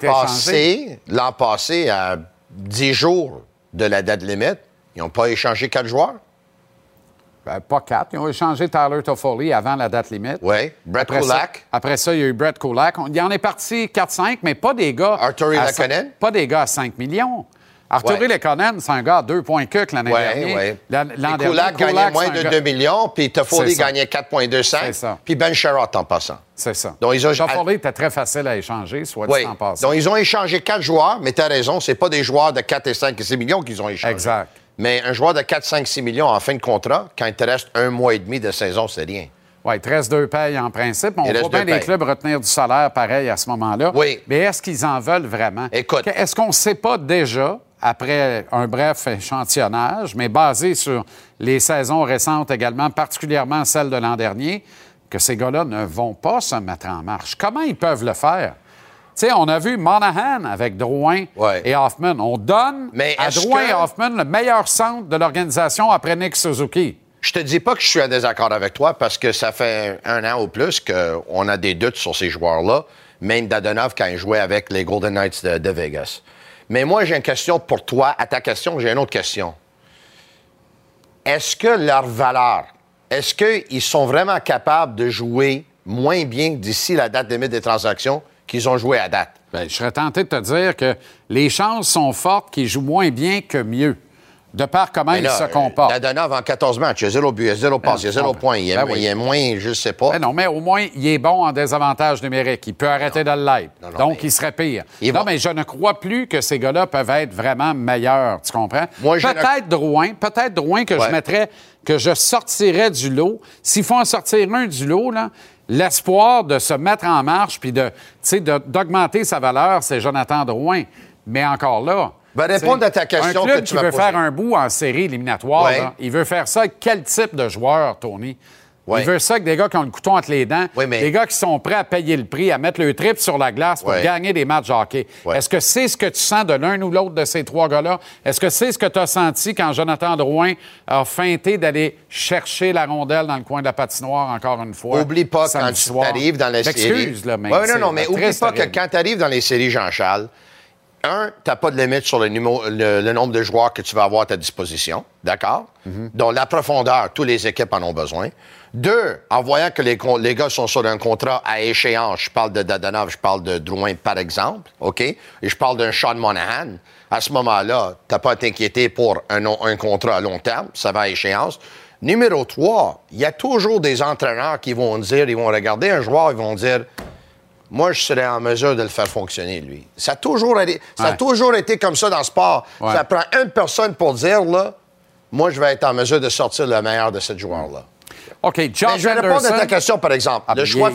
l'an passé, à 10 jours de la date limite, ils n'ont pas échangé 4 joueurs? Ben, pas 4. Ils ont échangé Tyler Toffoli avant la date limite. Oui. Brett Kulak. Après ça, il y a eu Brett Kulak. Il en est parti 4-5, mais pas des gars... Artturi Lehkonen. Pas des gars à 5 millions. Artturi Lehkonen, c'est un gars à 2 points que l'année dernière. Oui. L'an dernier, Kulak gagnait moins de 2 millions, puis Toffoli gagnait 4,25, puis Ben Sherratt en passant. C'est ça. Donc, Toffoli était très facile à échanger, soit dit en passant. Donc, ils ont échangé 4 joueurs, mais tu as raison, c'est pas des joueurs de 4 et 5 et 6 millions qu'ils ont échangé. Exact. Mais un joueur de 4, 5, 6 millions en fin de contrat, quand il te reste 1 mois et demi de saison, c'est rien. Oui, il te reste 2 payes en principe. On voit bien des clubs retenir du salaire pareil à ce moment-là. Oui. Mais est-ce qu'ils en veulent vraiment? Écoute. Est-ce qu'on ne sait pas déjà, après un bref échantillonnage, mais basé sur les saisons récentes également, particulièrement celle de l'an dernier, que ces gars-là ne vont pas se mettre en marche? Comment ils peuvent le faire? Tu sais, on a vu Monahan avec Drouin et Hoffman. On donne à Drouin et Hoffman le meilleur centre de l'organisation après Nick Suzuki. Je te dis pas que je suis en désaccord avec toi parce que ça fait 1 an ou plus qu'on a des doutes sur ces joueurs-là, même Dadonov quand il jouait avec les Golden Knights de Vegas. Mais moi, j'ai une question pour toi. À ta question, j'ai une autre question. Est-ce que leur valeur, est-ce qu'ils sont vraiment capables de jouer moins bien d'ici la date limite des transactions qu'ils ont joué à date? Bien, je serais tenté de te dire que les chances sont fortes qu'ils jouent moins bien que mieux, de par comment ils se comportent. Dadonov en 14 matchs, il y a 0 but, il y a 0 passe, il y a 0 point. Il est moins, je sais pas. Ben non, mais au moins, il est bon en désavantage numérique. Il peut arrêter de l'être. Donc, il serait pire. Mais je ne crois plus que ces gars-là peuvent être vraiment meilleurs. Tu comprends? Peut-être Drouin que je mettrais, que je sortirais du lot. S'il faut en sortir un du lot, là, l'espoir de se mettre en marche puis d'augmenter sa valeur, c'est Jonathan Drouin. Mais encore là... Ben, répondre à ta question un club que tu qui m'as veut posée. faire un bout en série éliminatoire, là, il veut faire ça avec quel type de joueur, Tony? Il veut ça avec des gars qui ont le couteau entre les dents, des gars qui sont prêts à payer le prix, à mettre le trip sur la glace pour gagner des matchs de hockey. Est-ce que c'est ce que tu sens de l'un ou l'autre de ces 3 gars-là? Est-ce que c'est ce que tu as senti quand Jonathan Drouin a feinté d'aller chercher la rondelle dans le coin de la patinoire encore une fois? Oublie pas quand tu arrives dans les séries... Excuse, là, mais... mais oublie pas que quand tu arrives dans les séries, Jean-Charles, tu n'as pas de limite sur le nombre de joueurs que tu vas avoir à ta disposition, d'accord? Donc, la profondeur, toutes les équipes en ont besoin. 2, en voyant que les gars sont sur un contrat à échéance, je parle de Dadonov, je parle de Drouin, par exemple, OK? Et je parle d'un Sean Monahan. À ce moment-là, tu n'as pas à t'inquiéter pour un contrat à long terme, ça va à échéance. Numéro 3, il y a toujours des entraîneurs qui vont dire, ils vont regarder un joueur, ils vont dire... Moi, je serais en mesure de le faire fonctionner, lui. Ça a toujours été comme ça dans le sport. Ça prend une personne pour dire, là, moi, je vais être en mesure de sortir le meilleur de ce joueur-là. OK, Josh Mais je vais répondre à ta question, par exemple. Le choix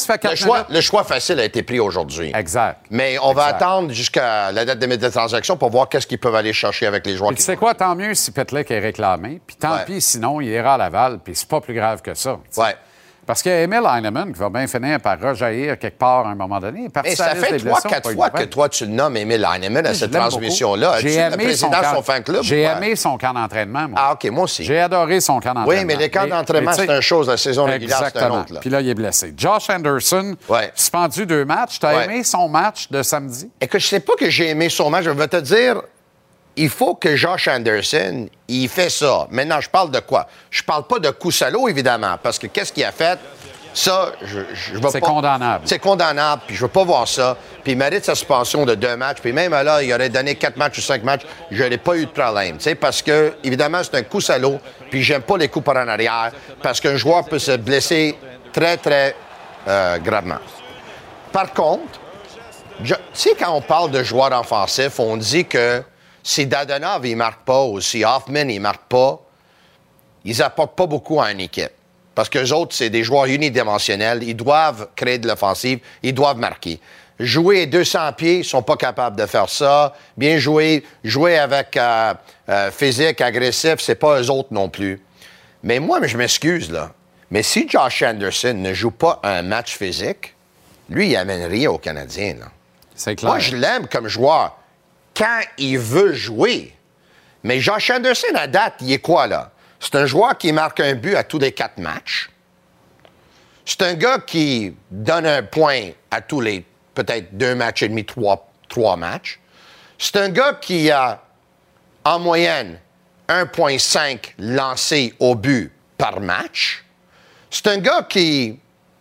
facile a été pris aujourd'hui. Exact. Mais on va attendre jusqu'à la date de transaction pour voir qu'est-ce qu'ils peuvent aller chercher avec les joueurs. Tu sais quoi, tant mieux si Petlick est réclamé, puis tant pis sinon, il ira à Laval, puis c'est pas plus grave que ça. Ouais. Parce qu'il y a Emil Heinemann qui va bien finir par rejaillir quelque part à un moment donné. Mais ça fait 3-4 fois que toi, tu le nommes Emil Heinemann à cette transmission-là. J'ai aimé le président de son fan club? J'ai aimé son camp d'entraînement, moi. Ah, OK, moi aussi. J'ai adoré son camp d'entraînement. Oui, mais les camps d'entraînement, c'est une chose. La saison régulière, c'est un autre. Là. Puis là, il est blessé. Josh Anderson, suspendu 2 matchs. Tu as aimé son match de samedi? Écoute, je sais pas que j'ai aimé son match. Je vais te dire... Il faut que Josh Anderson, il fait ça. Maintenant, je parle de quoi? Je parle pas de coup salaud, évidemment, parce que qu'est-ce qu'il a fait? Ça, je veux pas... C'est condamnable. C'est condamnable, puis je veux pas voir ça. Puis il mérite sa suspension de 2 matchs. Puis même là, il aurait donné 4 matchs ou 5 matchs, je n'aurais pas eu de problème. Tu sais, parce que, évidemment, c'est un coup salaud, puis j'aime pas les coups par en arrière, parce qu'un joueur peut se blesser très, très gravement. Par contre, tu sais, quand on parle de joueurs offensifs, on dit que si Dadonov, il marque pas, ou si Hoffman, il marque pas, ils apportent pas beaucoup à une équipe. Parce qu'eux autres, c'est des joueurs unidimensionnels. Ils doivent créer de l'offensive. Ils doivent marquer. Jouer 200 pieds, ils ne sont pas capables de faire ça. Bien jouer avec physique, agressif, c'est pas eux autres non plus. Mais moi, je m'excuse, là. Mais si Josh Anderson ne joue pas un match physique, lui, il amène rien aux Canadiens, là. C'est clair. Moi, je l'aime comme joueur quand il veut jouer. Mais Josh Anderson, à date, il est quoi, là? C'est un joueur qui marque un but à tous les 4 matchs. C'est un gars qui donne un point à tous les, peut-être 2 matchs et demi, 3 matchs. C'est un gars qui a, en moyenne, 1,5 lancés au but par match. C'est un gars qui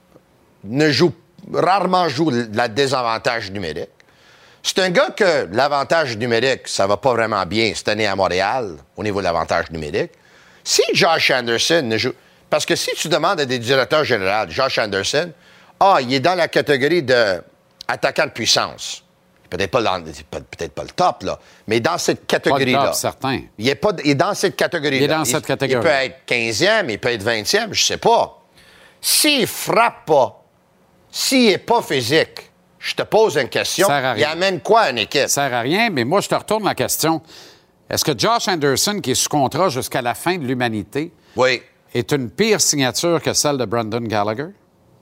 rarement joue la désavantage numérique. C'est un gars que l'avantage numérique, ça va pas vraiment bien cette année à Montréal, au niveau de l'avantage numérique. Si Josh Anderson ne joue... Parce que si tu demandes à des directeurs généraux, Josh Anderson, il est dans la catégorie d'attaquant de puissance. Peut-être pas le top, là, mais dans cette catégorie-là. Pas le top, certain. Il est dans cette catégorie-là. Il est dans cette catégorie. Il peut être 15e, il peut être 20e, je sais pas. S'il frappe pas, s'il n'est pas physique, je te pose une question. Il amène quoi à une équipe? Ça sert à rien, mais moi, je te retourne la question. Est-ce que Josh Anderson, qui est sous contrat jusqu'à la fin de l'humanité, est une pire signature que celle de Brendan Gallagher?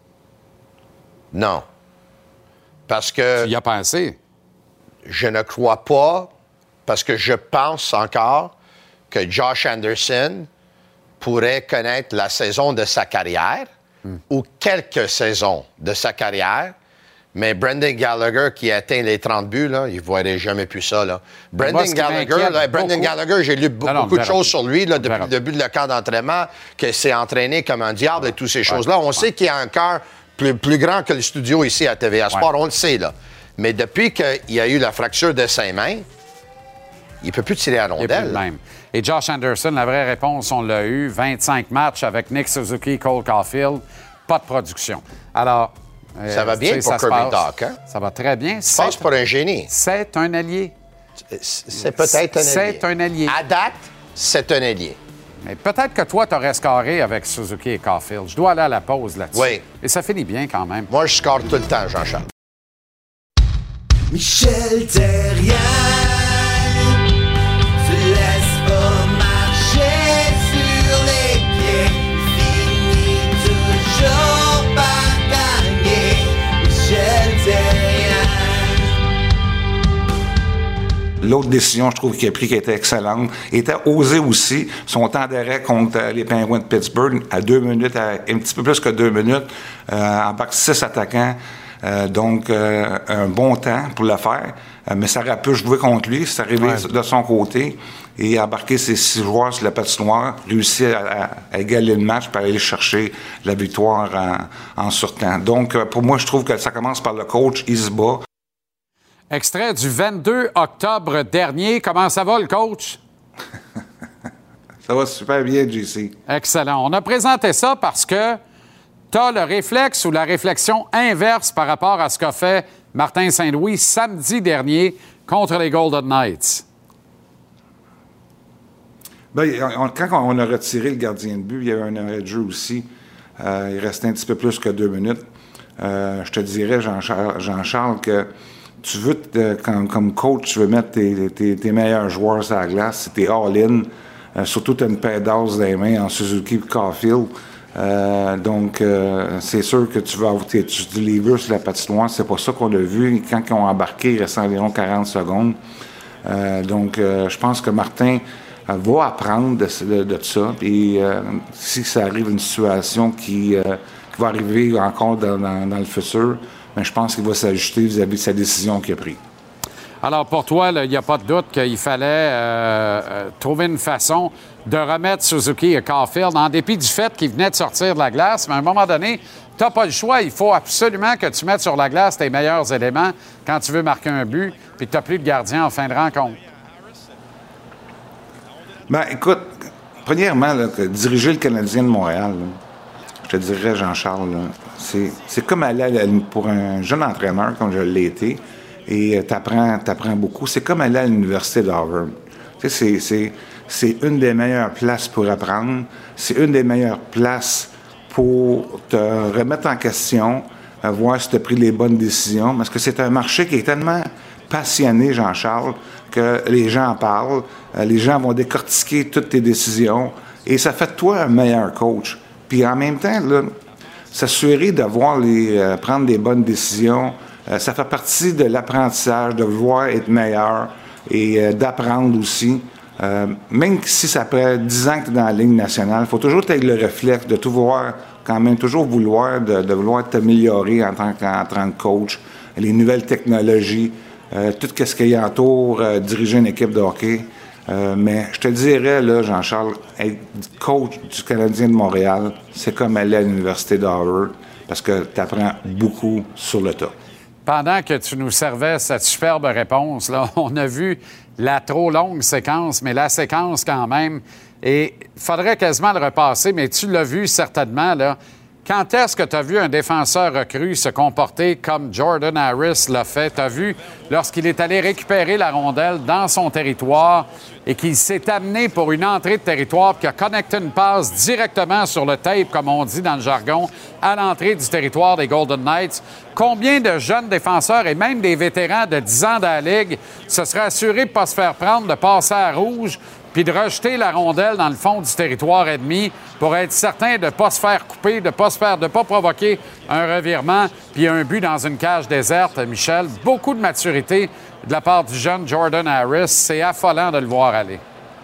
Non. Parce que... Tu y as pensé? Je ne crois pas, parce que je pense encore que Josh Anderson pourrait connaître la saison de sa carrière ou quelques saisons de sa carrière. Mais Brendan Gallagher, qui a atteint les 30 buts, là, il ne verrait jamais plus ça. Là. Brendan Gallagher, j'ai lu beaucoup de choses sur lui là, depuis le début de le camp d'entraînement, qu'il s'est entraîné comme un diable et toutes ces choses-là. On sait qu'il y a un cœur plus grand que le studio ici à TVA Sport, on le sait. Là. Mais depuis qu'il y a eu la fracture de ses mains, il ne peut plus tirer à rondelle. Même. Et Josh Anderson, la vraie réponse, on l'a eu. 25 matchs avec Nick Suzuki, Cole Caulfield, pas de production. Alors... ça va bien pour Kirby Dach, hein? Ça va très bien. Je passe pour un génie. C'est un allié. C'est peut-être un allié. C'est un allié. À date, c'est un allié. Mais peut-être que toi, tu aurais scoré avec Suzuki et Caulfield. Je dois aller à la pause là-dessus. Oui. Et ça finit bien quand même. Moi, je score tout le temps, Jean-Charles. Michel Terrien, se laisse pas marcher sur les pieds, finit toujours par gagner. Michel Terrien. L'autre décision, je trouve, qu'il a pris qui était excellente, était osée aussi. Son temps d'arrêt contre les Penguins de Pittsburgh à 2 minutes, un petit peu plus que 2 minutes, embarque 6 attaquants. Donc, un bon temps pour le faire. Mais ça aurait pu jouer contre lui, c'est arrivé de son côté. Et embarquer ses 6 joueurs sur la patinoire, réussir à égaler le match pour aller chercher la victoire en surtemps. Donc, pour moi, je trouve que ça commence par le coach, il se bat. Extrait du 22 octobre dernier. Comment ça va, le coach? Ça va super bien, JC. Excellent. On a présenté ça parce que tu as le réflexe ou la réflexion inverse par rapport à ce qu'a fait Martin Saint-Louis samedi dernier contre les Golden Knights. Bien, quand on a retiré le gardien de but, il y a eu un arrêt de jeu aussi. Il restait un petit peu plus que 2 minutes. Je te dirais, Jean-Charles, que tu veux, comme coach, tu veux mettre tes meilleurs joueurs sur la glace, c'est tes all-in. Surtout, tu as une paire d'as dans les mains en Suzuki et Caulfield. Donc, c'est sûr que tu vas avoir tes livres sur la patinoire. C'est pas ça qu'on a vu. Quand ils ont embarqué, il restait environ 40 secondes. Donc, je pense que Martin va apprendre de ça. Et si ça arrive une situation qui va arriver encore dans le futur, mais je pense qu'il va s'ajuster vis-à-vis de sa décision qu'il a prise. Alors, pour toi, il n'y a pas de doute qu'il fallait trouver une façon de remettre Suzuki et Caulfield, en dépit du fait qu'ils venaient de sortir de la glace. Mais à un moment donné, tu n'as pas le choix. Il faut absolument que tu mettes sur la glace tes meilleurs éléments quand tu veux marquer un but puis que tu n'as plus de gardien en fin de rencontre. Ben, écoute, premièrement, là, que diriger le Canadien de Montréal, là, je te dirais, Jean-Charles, là, c'est comme aller pour un jeune entraîneur, comme je l'ai été, et t'apprends beaucoup. C'est comme aller à l'université d'Harvard. Tu sais, c'est une des meilleures places pour apprendre. C'est une des meilleures places pour te remettre en question, voir si tu as pris les bonnes décisions. Parce que c'est un marché qui est tellement passionné, Jean-Charles, que les gens en parlent. Les gens vont décortiquer toutes tes décisions. Et ça fait de toi un meilleur coach. Puis en même temps, là, s'assurer de voir prendre des bonnes décisions, ça fait partie de l'apprentissage, de vouloir être meilleur et d'apprendre aussi. Même si ça fait 10 ans que tu es dans la Ligue nationale, il faut toujours être le réflexe de tout vouloir, quand même, toujours vouloir, de vouloir t'améliorer en tant que coach. Les nouvelles technologies, tout ce qui entoure diriger une équipe de hockey. Mais je te dirais, là, Jean-Charles, être coach du Canadien de Montréal, c'est comme aller à l'Université d'Harvard parce que tu apprends beaucoup sur le tas. Pendant que tu nous servais cette superbe réponse, là, on a vu la trop longue séquence, mais la séquence quand même. Et il faudrait quasiment le repasser, mais tu l'as vu certainement, là. Quand est-ce que tu as vu un défenseur recru se comporter comme Jordan Harris l'a fait? Tu as vu lorsqu'il est allé récupérer la rondelle dans son territoire et qu'il s'est amené pour une entrée de territoire puis qu'il a connecté une passe directement sur le tape, comme on dit dans le jargon, à l'entrée du territoire des Golden Knights. Combien de jeunes défenseurs et même des vétérans de 10 ans dans la Ligue se seraient assurés de ne pas se faire prendre, de passer à rouge puis de rejeter la rondelle dans le fond du territoire ennemi pour être certain de ne pas se faire couper, de ne pas provoquer un revirement puis un but dans une cage déserte, Michel. Beaucoup de maturité de la part du jeune Jordan Harris. C'est affolant de le voir aller.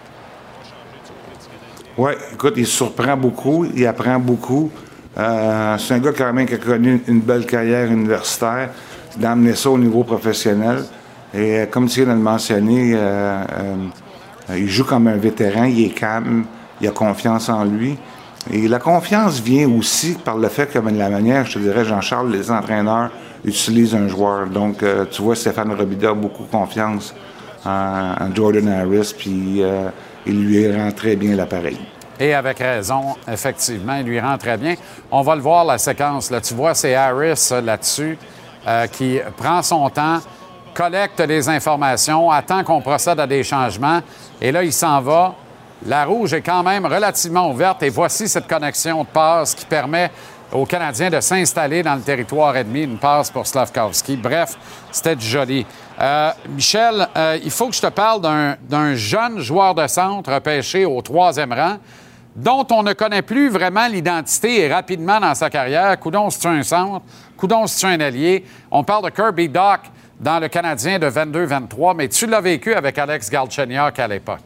Oui, écoute, il surprend beaucoup, il apprend beaucoup. C'est un gars quand même qui a connu une belle carrière universitaire, d'amener ça au niveau professionnel. Et comme tu viens de le mentionner, il joue comme un vétéran, il est calme, il a confiance en lui. Et la confiance vient aussi par le fait que, de la manière, je te dirais, Jean-Charles, les entraîneurs utilisent un joueur. Donc, tu vois, Stéphane Robida a beaucoup confiance en Jordan Harris, puis il lui rend très bien l'appareil. Et avec raison, effectivement, il lui rend très bien. On va le voir, la séquence. Là, tu vois, c'est Harris là-dessus qui prend son temps, collecte les informations, attend qu'on procède à des changements. Et là, il s'en va. La rouge est quand même relativement ouverte. Et voici cette connexion de passe qui permet aux Canadiens de s'installer dans le territoire ennemi. Une passe pour Slafkovský. Bref, c'était du joli. Michel, il faut que je te parle d'un jeune joueur de centre repêché au 3e rang dont on ne connaît plus vraiment l'identité et rapidement dans sa carrière. Coudon, c'est-tu un centre? Coudon, c'est-tu un allié? On parle de Kirby Dach dans le Canadien de 22-23, mais tu l'as vécu avec Alex Galchenyuk à l'époque.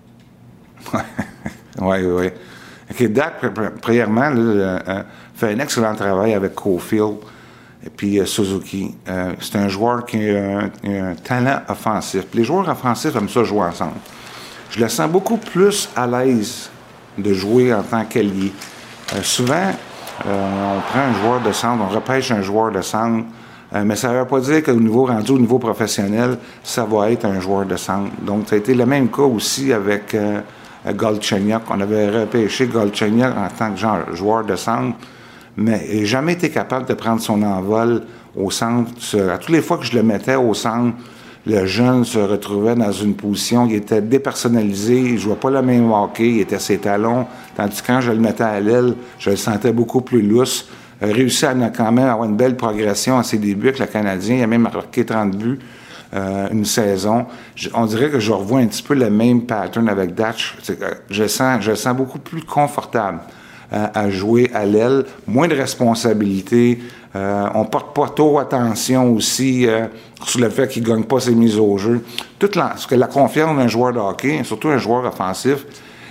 Oui. OK, Dach, premièrement, fait un excellent travail avec Caulfield et puis Suzuki. C'est un joueur qui a un talent offensif. Puis les joueurs offensifs aiment ça jouer ensemble. Je le sens beaucoup plus à l'aise de jouer en tant qu'allié. Souvent, on prend un joueur de centre, on repêche un joueur de centre, mais ça ne veut pas dire qu'au niveau rendu au niveau professionnel, ça va être un joueur de centre. Donc, ça a été le même cas aussi avec Galchenyuk. On avait repêché Galchenyuk en tant que joueur de centre, mais il n'a jamais été capable de prendre son envol au centre. À toutes les fois que je le mettais au centre, le jeune se retrouvait dans une position qui était dépersonnalisée, il ne jouait pas le même hockey, il était à ses talons, tandis que quand je le mettais à l'aile, je le sentais beaucoup plus lousse. Réussi à quand même avoir une belle progression à ses débuts avec le Canadien, il a même marqué 30 buts une saison. On dirait que je revois un petit peu le même pattern avec Dach. Je le sens beaucoup plus confortable à jouer à l'aile, moins de responsabilités. On ne porte pas trop attention aussi sur le fait qu'il ne gagne pas ses mises au jeu. Parce que la confiance d'un joueur de hockey, surtout un joueur offensif,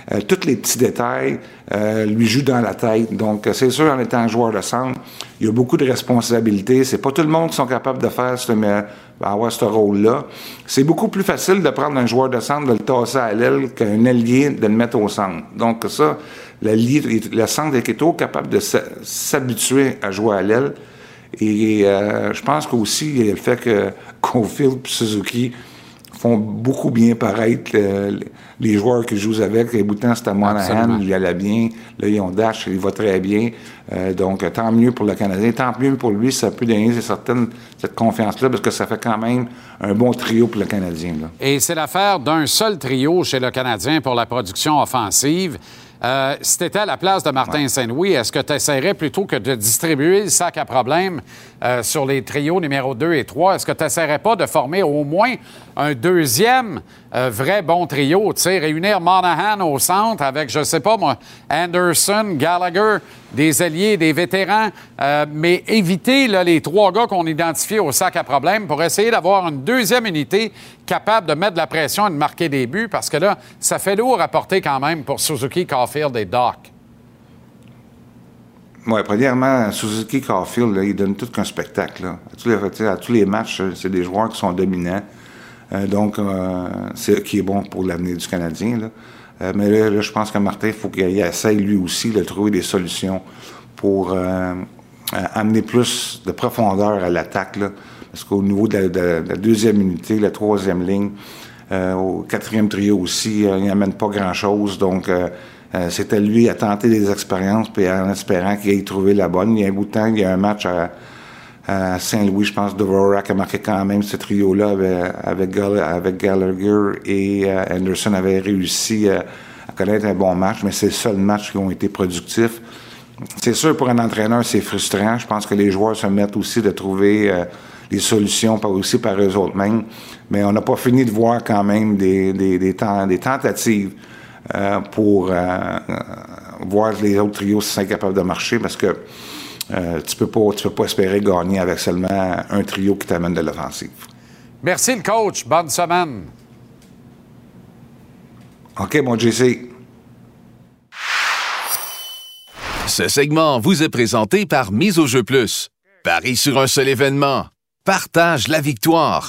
tous les petits détails lui jouent dans la tête. Donc, c'est sûr, en étant joueur de centre, il y a beaucoup de responsabilités. C'est pas tout le monde qui sont capables de faire avoir ce rôle-là. C'est beaucoup plus facile de prendre un joueur de centre, de le tasser à l'aile, qu'un ailier, de le mettre au centre. Donc, ça, le centre est toujours capable de s'habituer à jouer à l'aile. Et je pense qu'aussi, il y a le fait que Caulfield et Suzuki font beaucoup bien paraître les joueurs qui jouent avec. Les boutons, c'était Monahan, il allait bien. Là, ils ont Dash, il va très bien. Donc, tant mieux pour le Canadien. Tant mieux pour lui, ça peut donner cette confiance-là, parce que ça fait quand même un bon trio pour le Canadien. Là. Et c'est l'affaire d'un seul trio chez le Canadien pour la production offensive. Si tu étais à la place de Martin Saint-Louis, est-ce que tu essaierais plutôt que de distribuer le sac à problème sur les trios numéro 2 et 3, est-ce que tu n'essaierais pas de former au moins un deuxième vrai bon trio, tu sais, réunir Monahan au centre avec, je sais pas moi, Anderson, Gallagher, des alliés, des vétérans, mais éviter là, les 3 gars qu'on identifie au sac à problème pour essayer d'avoir une deuxième unité capable de mettre de la pression et de marquer des buts, parce que là, ça fait lourd à porter quand même pour Suzuki, Caulfield et Doc. Oui, premièrement, Suzuki, Caulfield, là, ils donnent tout qu'un spectacle. Là. À tous les matchs, c'est des joueurs qui sont dominants. Donc, c'est qui est bon pour l'avenir du Canadien. Là. Mais là, je pense que Martin, il faut qu'il essaye lui aussi de trouver des solutions pour amener plus de profondeur à l'attaque. Là. Parce qu'au niveau de la deuxième unité, la troisième ligne, au quatrième trio aussi, il n'amène pas grand-chose. Donc, c'était lui à tenter des expériences puis en espérant qu'il ait trouvé la bonne. Il y a un bout de temps, il y a un match à Saint-Louis, je pense, Dvorak a marqué quand même ce trio-là avec Gallagher et Anderson avait réussi à connaître un bon match, mais c'est le seul match qui ont été productifs. C'est sûr, pour un entraîneur, c'est frustrant. Je pense que les joueurs se mettent aussi de trouver des solutions aussi par eux autres mêmes. Mais on n'a pas fini de voir quand même des tentatives pour voir les autres trios si sont capables de marcher, parce que tu peux pas espérer gagner avec seulement un trio qui t'amène de l'offensive. Merci le coach. Bonne semaine. OK, mon JC. Ce segment vous est présenté par Mise au jeu plus. Parie sur un seul événement. Partage la victoire.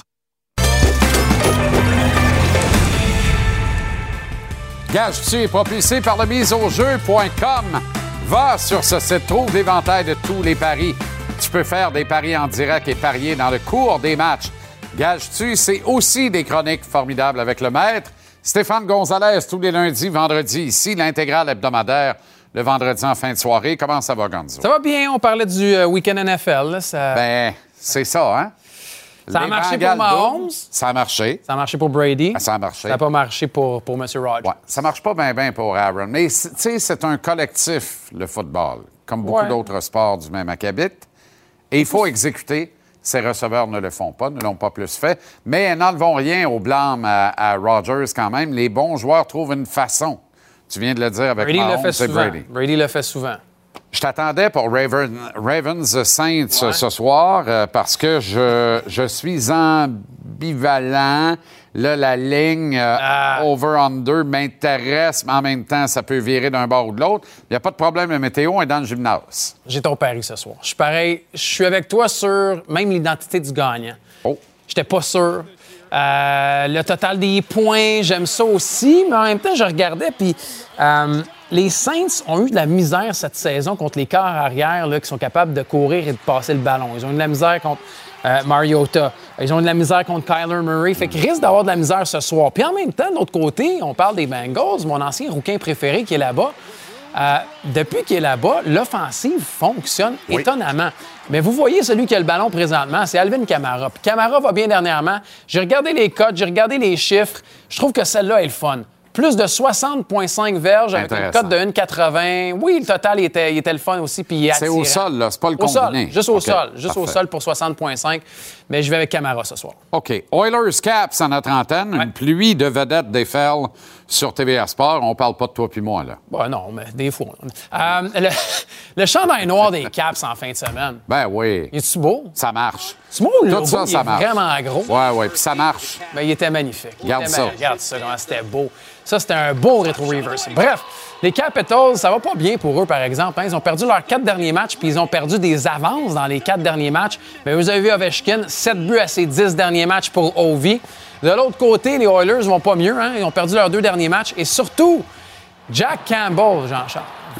Gage-tu est propulsé par le miseaujeu.com. Va sur ce site, trouve l'éventail de tous les paris. Tu peux faire des paris en direct et parier dans le cours des matchs. Gage-tu, c'est aussi des chroniques formidables avec le maître Stéphane Gonzalez, tous les lundis, vendredis, ici, l'intégrale hebdomadaire, le vendredi en fin de soirée. Comment ça va, Gonzo? Ça va bien, on parlait du week-end NFL. Là, ça... Ben, c'est ça, hein? Ça a marché pour Mahomes. Ça a marché. Ça a marché pour Brady. Ça a marché. Ça n'a pas marché pour M. Rodgers. Ouais, ça marche pas bien pour Aaron. Mais, tu sais, c'est un collectif, le football, comme beaucoup d'autres sports du même acabit. Et il faut exécuter. Ces receveurs ne le font pas, ne l'ont pas plus fait. Mais n'enlevons rien au blâme à Rodgers quand même. Les bons joueurs trouvent une façon. Tu viens de le dire avec Mahomes et Brady. Brady le fait souvent. Je t'attendais pour Ravens Saints ce soir parce que je suis ambivalent. Là, la ligne over-under m'intéresse, mais en même temps, ça peut virer d'un bord ou de l'autre. Il n'y a pas de problème, le météo est dans le gymnase. J'ai ton pari ce soir. Je suis pareil. Je suis avec toi sur même l'identité du gagnant. Oh. J'étais pas sûr. Le total des points, j'aime ça aussi, mais en même temps, je regardais, puis les Saints ont eu de la misère cette saison contre les quarts arrière là, qui sont capables de courir et de passer le ballon. Ils ont eu de la misère contre Mariota. Ils ont eu de la misère contre Kyler Murray. Fait qu'ils risquent d'avoir de la misère ce soir. Puis en même temps, de l'autre côté, on parle des Bengals, mon ancien rouquin préféré qui est là-bas. Depuis qu'il est là-bas, l'offensive fonctionne étonnamment. Mais vous voyez celui qui a le ballon présentement, c'est Alvin Kamara. Puis Kamara va bien dernièrement. J'ai regardé les codes, j'ai regardé les chiffres. Je trouve que celle-là est le fun. Plus de 60,5 verges avec une cote de 1,80. Oui, le total était le fun aussi. Puis il est attirant. C'est au sol, là. C'est pas le combiné. Sol, juste au sol. Juste au sol pour 60,5. Mais je vais avec Kamara ce soir. OK. Oilers Caps en notre antenne. Une pluie de vedettes déferle sur TVA Sport. On parle pas de toi puis moi, là. Ben non, mais des fois. Le chandail noir des Caps en fin de semaine. Ben oui. Il est-tu beau? Ça marche. C'est beau, le Tout logo, ça, il ça est marche. vraiment gros. Oui, puis ça marche. Ben, il était magnifique. Regarde ça. Regarde ça, comment c'était beau. Ça, c'était un beau rétro-reverse. Bref, les Capitals, ça va pas bien pour eux, par exemple. Hein. Ils ont perdu leurs 4 derniers matchs, puis ils ont perdu des avances dans les 4 derniers matchs. Mais vous avez vu Ovechkin, 7 buts à ses 10 derniers matchs pour Ovi. De l'autre côté, les Oilers vont pas mieux. Hein. Ils ont perdu leurs 2 derniers matchs. Et surtout, Jack Campbell, Jean-Charles.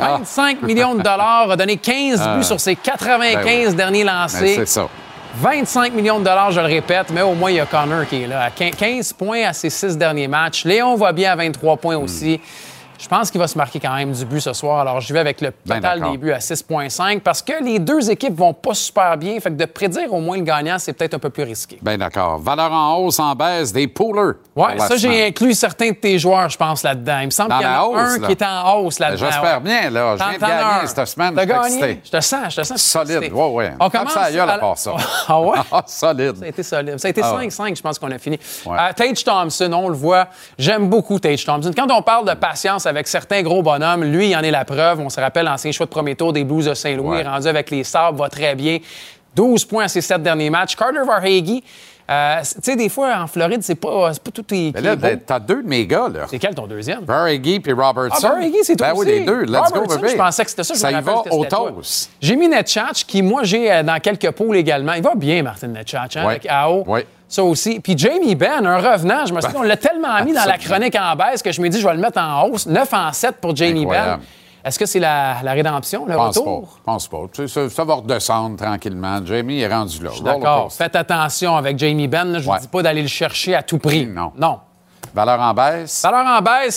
25 millions de dollars, a donné 15 buts sur ses 95 derniers lancés. Ben, c'est ça. 25 millions de dollars, je le répète, mais au moins, il y a Connor qui est là. À 15 points à ses 6 derniers matchs. Léon va bien à 23 points aussi. Je pense qu'il va se marquer quand même du but ce soir. Alors, je vais avec le total des buts à 6,5 parce que les deux équipes vont pas super bien. Fait que de prédire au moins le gagnant, c'est peut-être un peu plus risqué. Bien d'accord. Valeur en hausse, en baisse, des poolers. Oui, ça, j'ai inclus certains de tes joueurs, je pense, là-dedans. Il me semble qu'il y en a un qui est en hausse là-dedans. J'espère bien, là. Je viens de gagner cette semaine. T'as gagné? Je te sens. Solide, oui. On commence ça aille à part ça. Ah ouais? Solide. Ça a été solide. Ça a été 5-5, je pense qu'on a fini. Ouais. Tage Thompson, on le voit. J'aime beaucoup Tage Thompson. Quand on parle de patience avec certains gros bonhommes, lui, il en est la preuve. On se rappelle l'ancien choix de premier tour des Blues de Saint-Louis, rendu avec les Sabres, va très bien. 12 points à ses 7 derniers matchs. Carter Verhaeghe, tu sais, des fois, en Floride, c'est pas tout qui Mais là, est t'as 2 de mes gars, là. C'est quel ton deuxième? Verhaeghe puis Robertson. Ah, Verhaeghe, c'est toi ben aussi. Oui, les deux. Let's go, Robertson, bébé. je pensais que c'était ça. Je ça me y rappelle va que au c'était toi. toast. J'ai mis Netchatch, qui, moi, j'ai dans quelques poules également. Il va bien, Martin Netchatch, avec AO. Oui. Ça aussi. Puis Jamie Benn, un revenant, je me suis dit, on l'a tellement mis dans la chronique en baisse que je me dis, je vais le mettre en hausse. 9 en 7 pour Jamie Benn. Est-ce que c'est la rédemption, le retour? Je pense pas. Tu sais, ça va redescendre tranquillement. Jamie est rendu là. D'accord. Faites attention avec Jamie Benn. Là, je ne vous dis pas d'aller le chercher à tout prix. Non. Valeur en baisse? Valeur en baisse,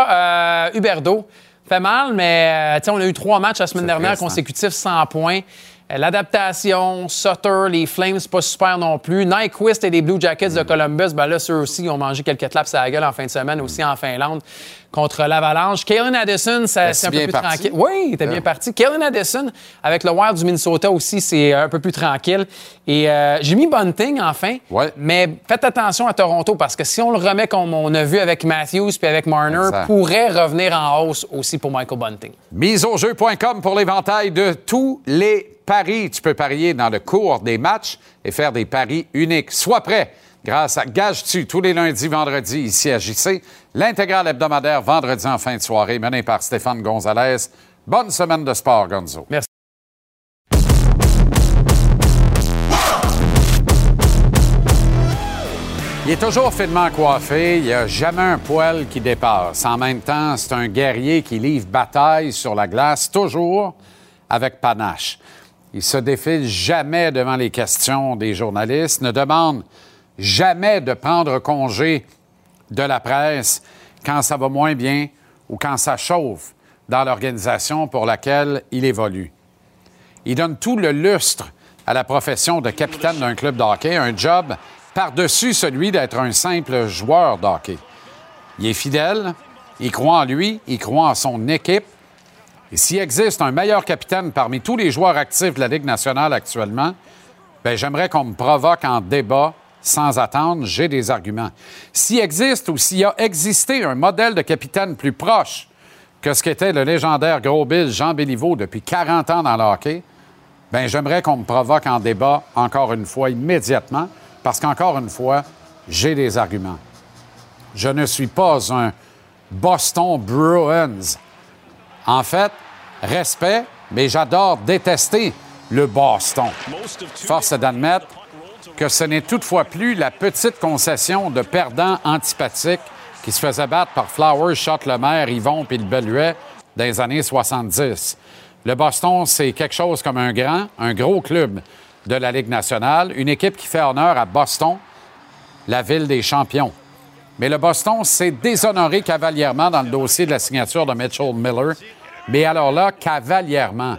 ça, Huberdeau. Fait mal, mais on a eu 3 matchs la semaine dernière consécutifs, 100 points. L'adaptation, Sutter, les Flames, pas super non plus. Nyquist et les Blue Jackets de Columbus, ben là, ceux aussi ont mangé quelques claps à la gueule en fin de semaine, aussi en Finlande, contre l'Avalanche. Kalen Addison, c'est un peu plus tranquille. Oui, il était bien parti. Kalen Addison, avec le Wild du Minnesota aussi, c'est un peu plus tranquille. Et j'ai mis Bunting, enfin. Ouais. Mais faites attention à Toronto, parce que si on le remet comme on a vu avec Matthews puis avec Marner, pourrait revenir en hausse aussi pour Michael Bunting. Miseaujeu.com pour l'éventail de tous les paris. Tu peux parier dans le cours des matchs et faire des paris uniques. Sois prêt grâce à Gage-Tu tous les lundis, vendredis ici à JC. L'intégrale hebdomadaire vendredi en fin de soirée menée par Stéphane Gonzalez. Bonne semaine de sport, Gonzo. Merci. Il est toujours finement coiffé, il n'y a jamais un poil qui dépasse. En même temps, c'est un guerrier qui livre bataille sur la glace, toujours avec panache. Il se défile jamais devant les questions des journalistes, ne demande jamais de prendre congé de la presse quand ça va moins bien ou quand ça chauffe dans l'organisation pour laquelle il évolue. Il donne tout le lustre à la profession de capitaine d'un club de hockey, un job par-dessus celui d'être un simple joueur de hockey. Il est fidèle, il croit en lui, il croit en son équipe. Et s'il existe un meilleur capitaine parmi tous les joueurs actifs de la Ligue nationale actuellement, bien, j'aimerais qu'on me provoque en débat sans attendre. J'ai des arguments. S'il existe ou s'il a existé un modèle de capitaine plus proche que ce qu'était le légendaire Gros Bill Jean Béliveau depuis 40 ans dans le hockey, bien, j'aimerais qu'on me provoque en débat encore une fois immédiatement parce qu'encore une fois, j'ai des arguments. Je ne suis pas un Boston Bruins. En fait, respect, mais j'adore détester le Boston. Force est d'admettre que ce n'est toutefois plus la petite concession de perdants antipathiques qui se faisait battre par Flowers, Châtelemer, Yvon puis le Belluet dans les années 70. Le Boston, c'est quelque chose comme un gros club de la Ligue nationale, une équipe qui fait honneur à Boston, la ville des champions. Mais le Boston s'est déshonoré cavalièrement dans le dossier de la signature de Mitchell Miller. Mais alors là, cavalièrement.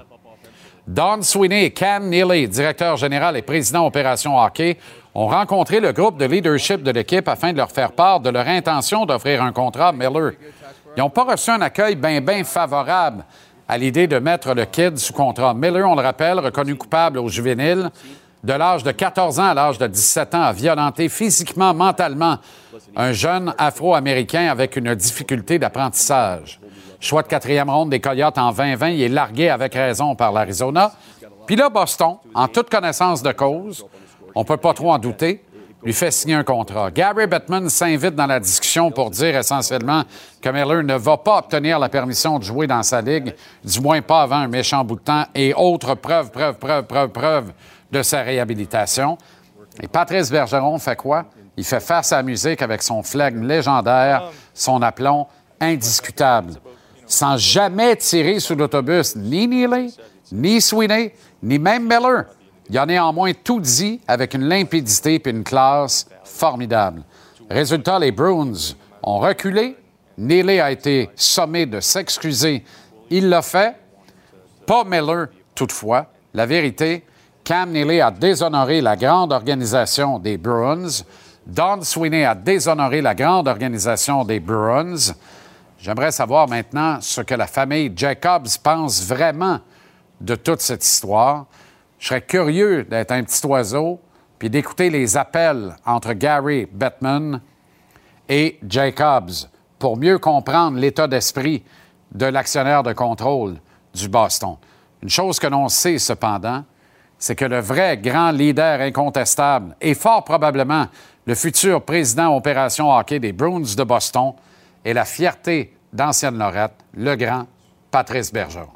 Don Sweeney et Cam Neely, directeur général et président Opération Hockey, ont rencontré le groupe de leadership de l'équipe afin de leur faire part de leur intention d'offrir un contrat à Miller. Ils n'ont pas reçu un accueil bien favorable à l'idée de mettre le kid sous contrat. Miller, on le rappelle, reconnu coupable au juvénile de l'âge de 14 ans à l'âge de 17 ans, a violenté physiquement, mentalement un jeune Afro-Américain avec une difficulté d'apprentissage. Choix de 4e ronde des Coyotes en 2020, il est largué avec raison par l'Arizona. Puis là, Boston, en toute connaissance de cause, on ne peut pas trop en douter, lui fait signer un contrat. Gary Bettman s'invite dans la discussion pour dire essentiellement que Miller ne va pas obtenir la permission de jouer dans sa ligue, du moins pas avant un méchant bout de temps, et autre preuve de sa réhabilitation. Et Patrice Bergeron fait quoi? Il fait faire sa musique avec son flegme légendaire, son aplomb indiscutable, sans jamais tirer sous l'autobus ni Neely, ni Sweeney, ni même Miller. Il a néanmoins tout dit avec une limpidité et une classe formidable. Résultat, les Bruins ont reculé. Neely a été sommé de s'excuser. Il l'a fait. Pas Miller, toutefois. La vérité, Cam Neely a déshonoré la grande organisation des Bruins. Don Sweeney a déshonoré la grande organisation des Bruins. J'aimerais savoir maintenant ce que la famille Jacobs pense vraiment de toute cette histoire. Je serais curieux d'être un petit oiseau puis d'écouter les appels entre Gary Bettman et Jacobs pour mieux comprendre l'état d'esprit de l'actionnaire de contrôle du Boston. Une chose que l'on sait cependant, c'est que le vrai grand leader incontestable et fort probablement le futur président opération hockey des Bruins de Boston est la fierté d'Ancienne Lorette, le grand Patrice Bergeron.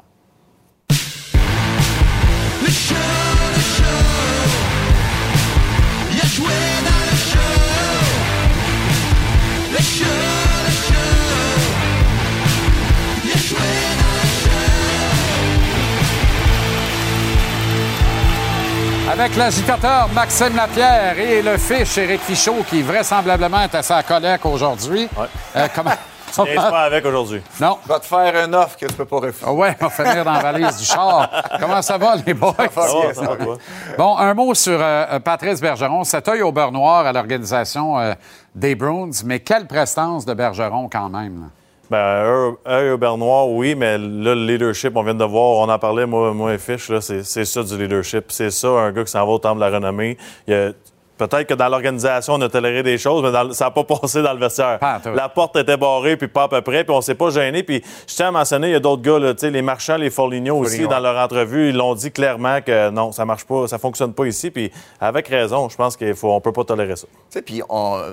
Avec l'agitateur Maxime Lapierre et le fiche Éric Fichaud, qui vraisemblablement est à sa collecte aujourd'hui. Ouais. Je viens pas avec aujourd'hui. Non. Je vais te faire une offre que tu peux pas refuser. Oui, on va finir dans la valise du char. Comment ça va, les boys? Ça va, toi? Bon, un mot sur Patrice Bergeron. Cet œil au beurre noir à l'organisation des Bruins, mais quelle prestance de Bergeron quand même, là. Ben, œil au beurre noir, oui, mais là, le leadership, on vient de voir, on en parlait, moi et Fish, là, c'est ça du leadership. C'est ça, un gars qui s'en va au temple de la renommée. Peut-être que dans l'organisation, on a toléré des choses, mais ça n'a pas passé dans le vestiaire. La porte était barrée, puis pas à peu près, puis on s'est pas gêné. Puis je tiens à mentionner, il y a d'autres gars, là, les Marchands, les Foligno aussi, dans leur entrevue, ils l'ont dit clairement que non, ça marche pas, ça fonctionne pas ici. Puis avec raison, je pense qu'on peut pas tolérer ça. Puis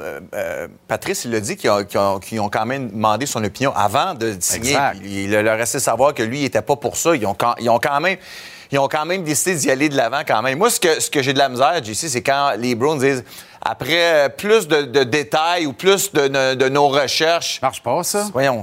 Patrice, il l'a dit qu'ils ont quand même demandé son opinion avant de signer. Il leur a laissé savoir que lui, il n'était pas pour ça. Ils ont quand même décidé d'y aller de l'avant quand même. Moi, ce que j'ai de la misère, JC, c'est quand les Browns disent après plus de détails ou plus de nos recherches. Ça marche pas, ça. Voyons.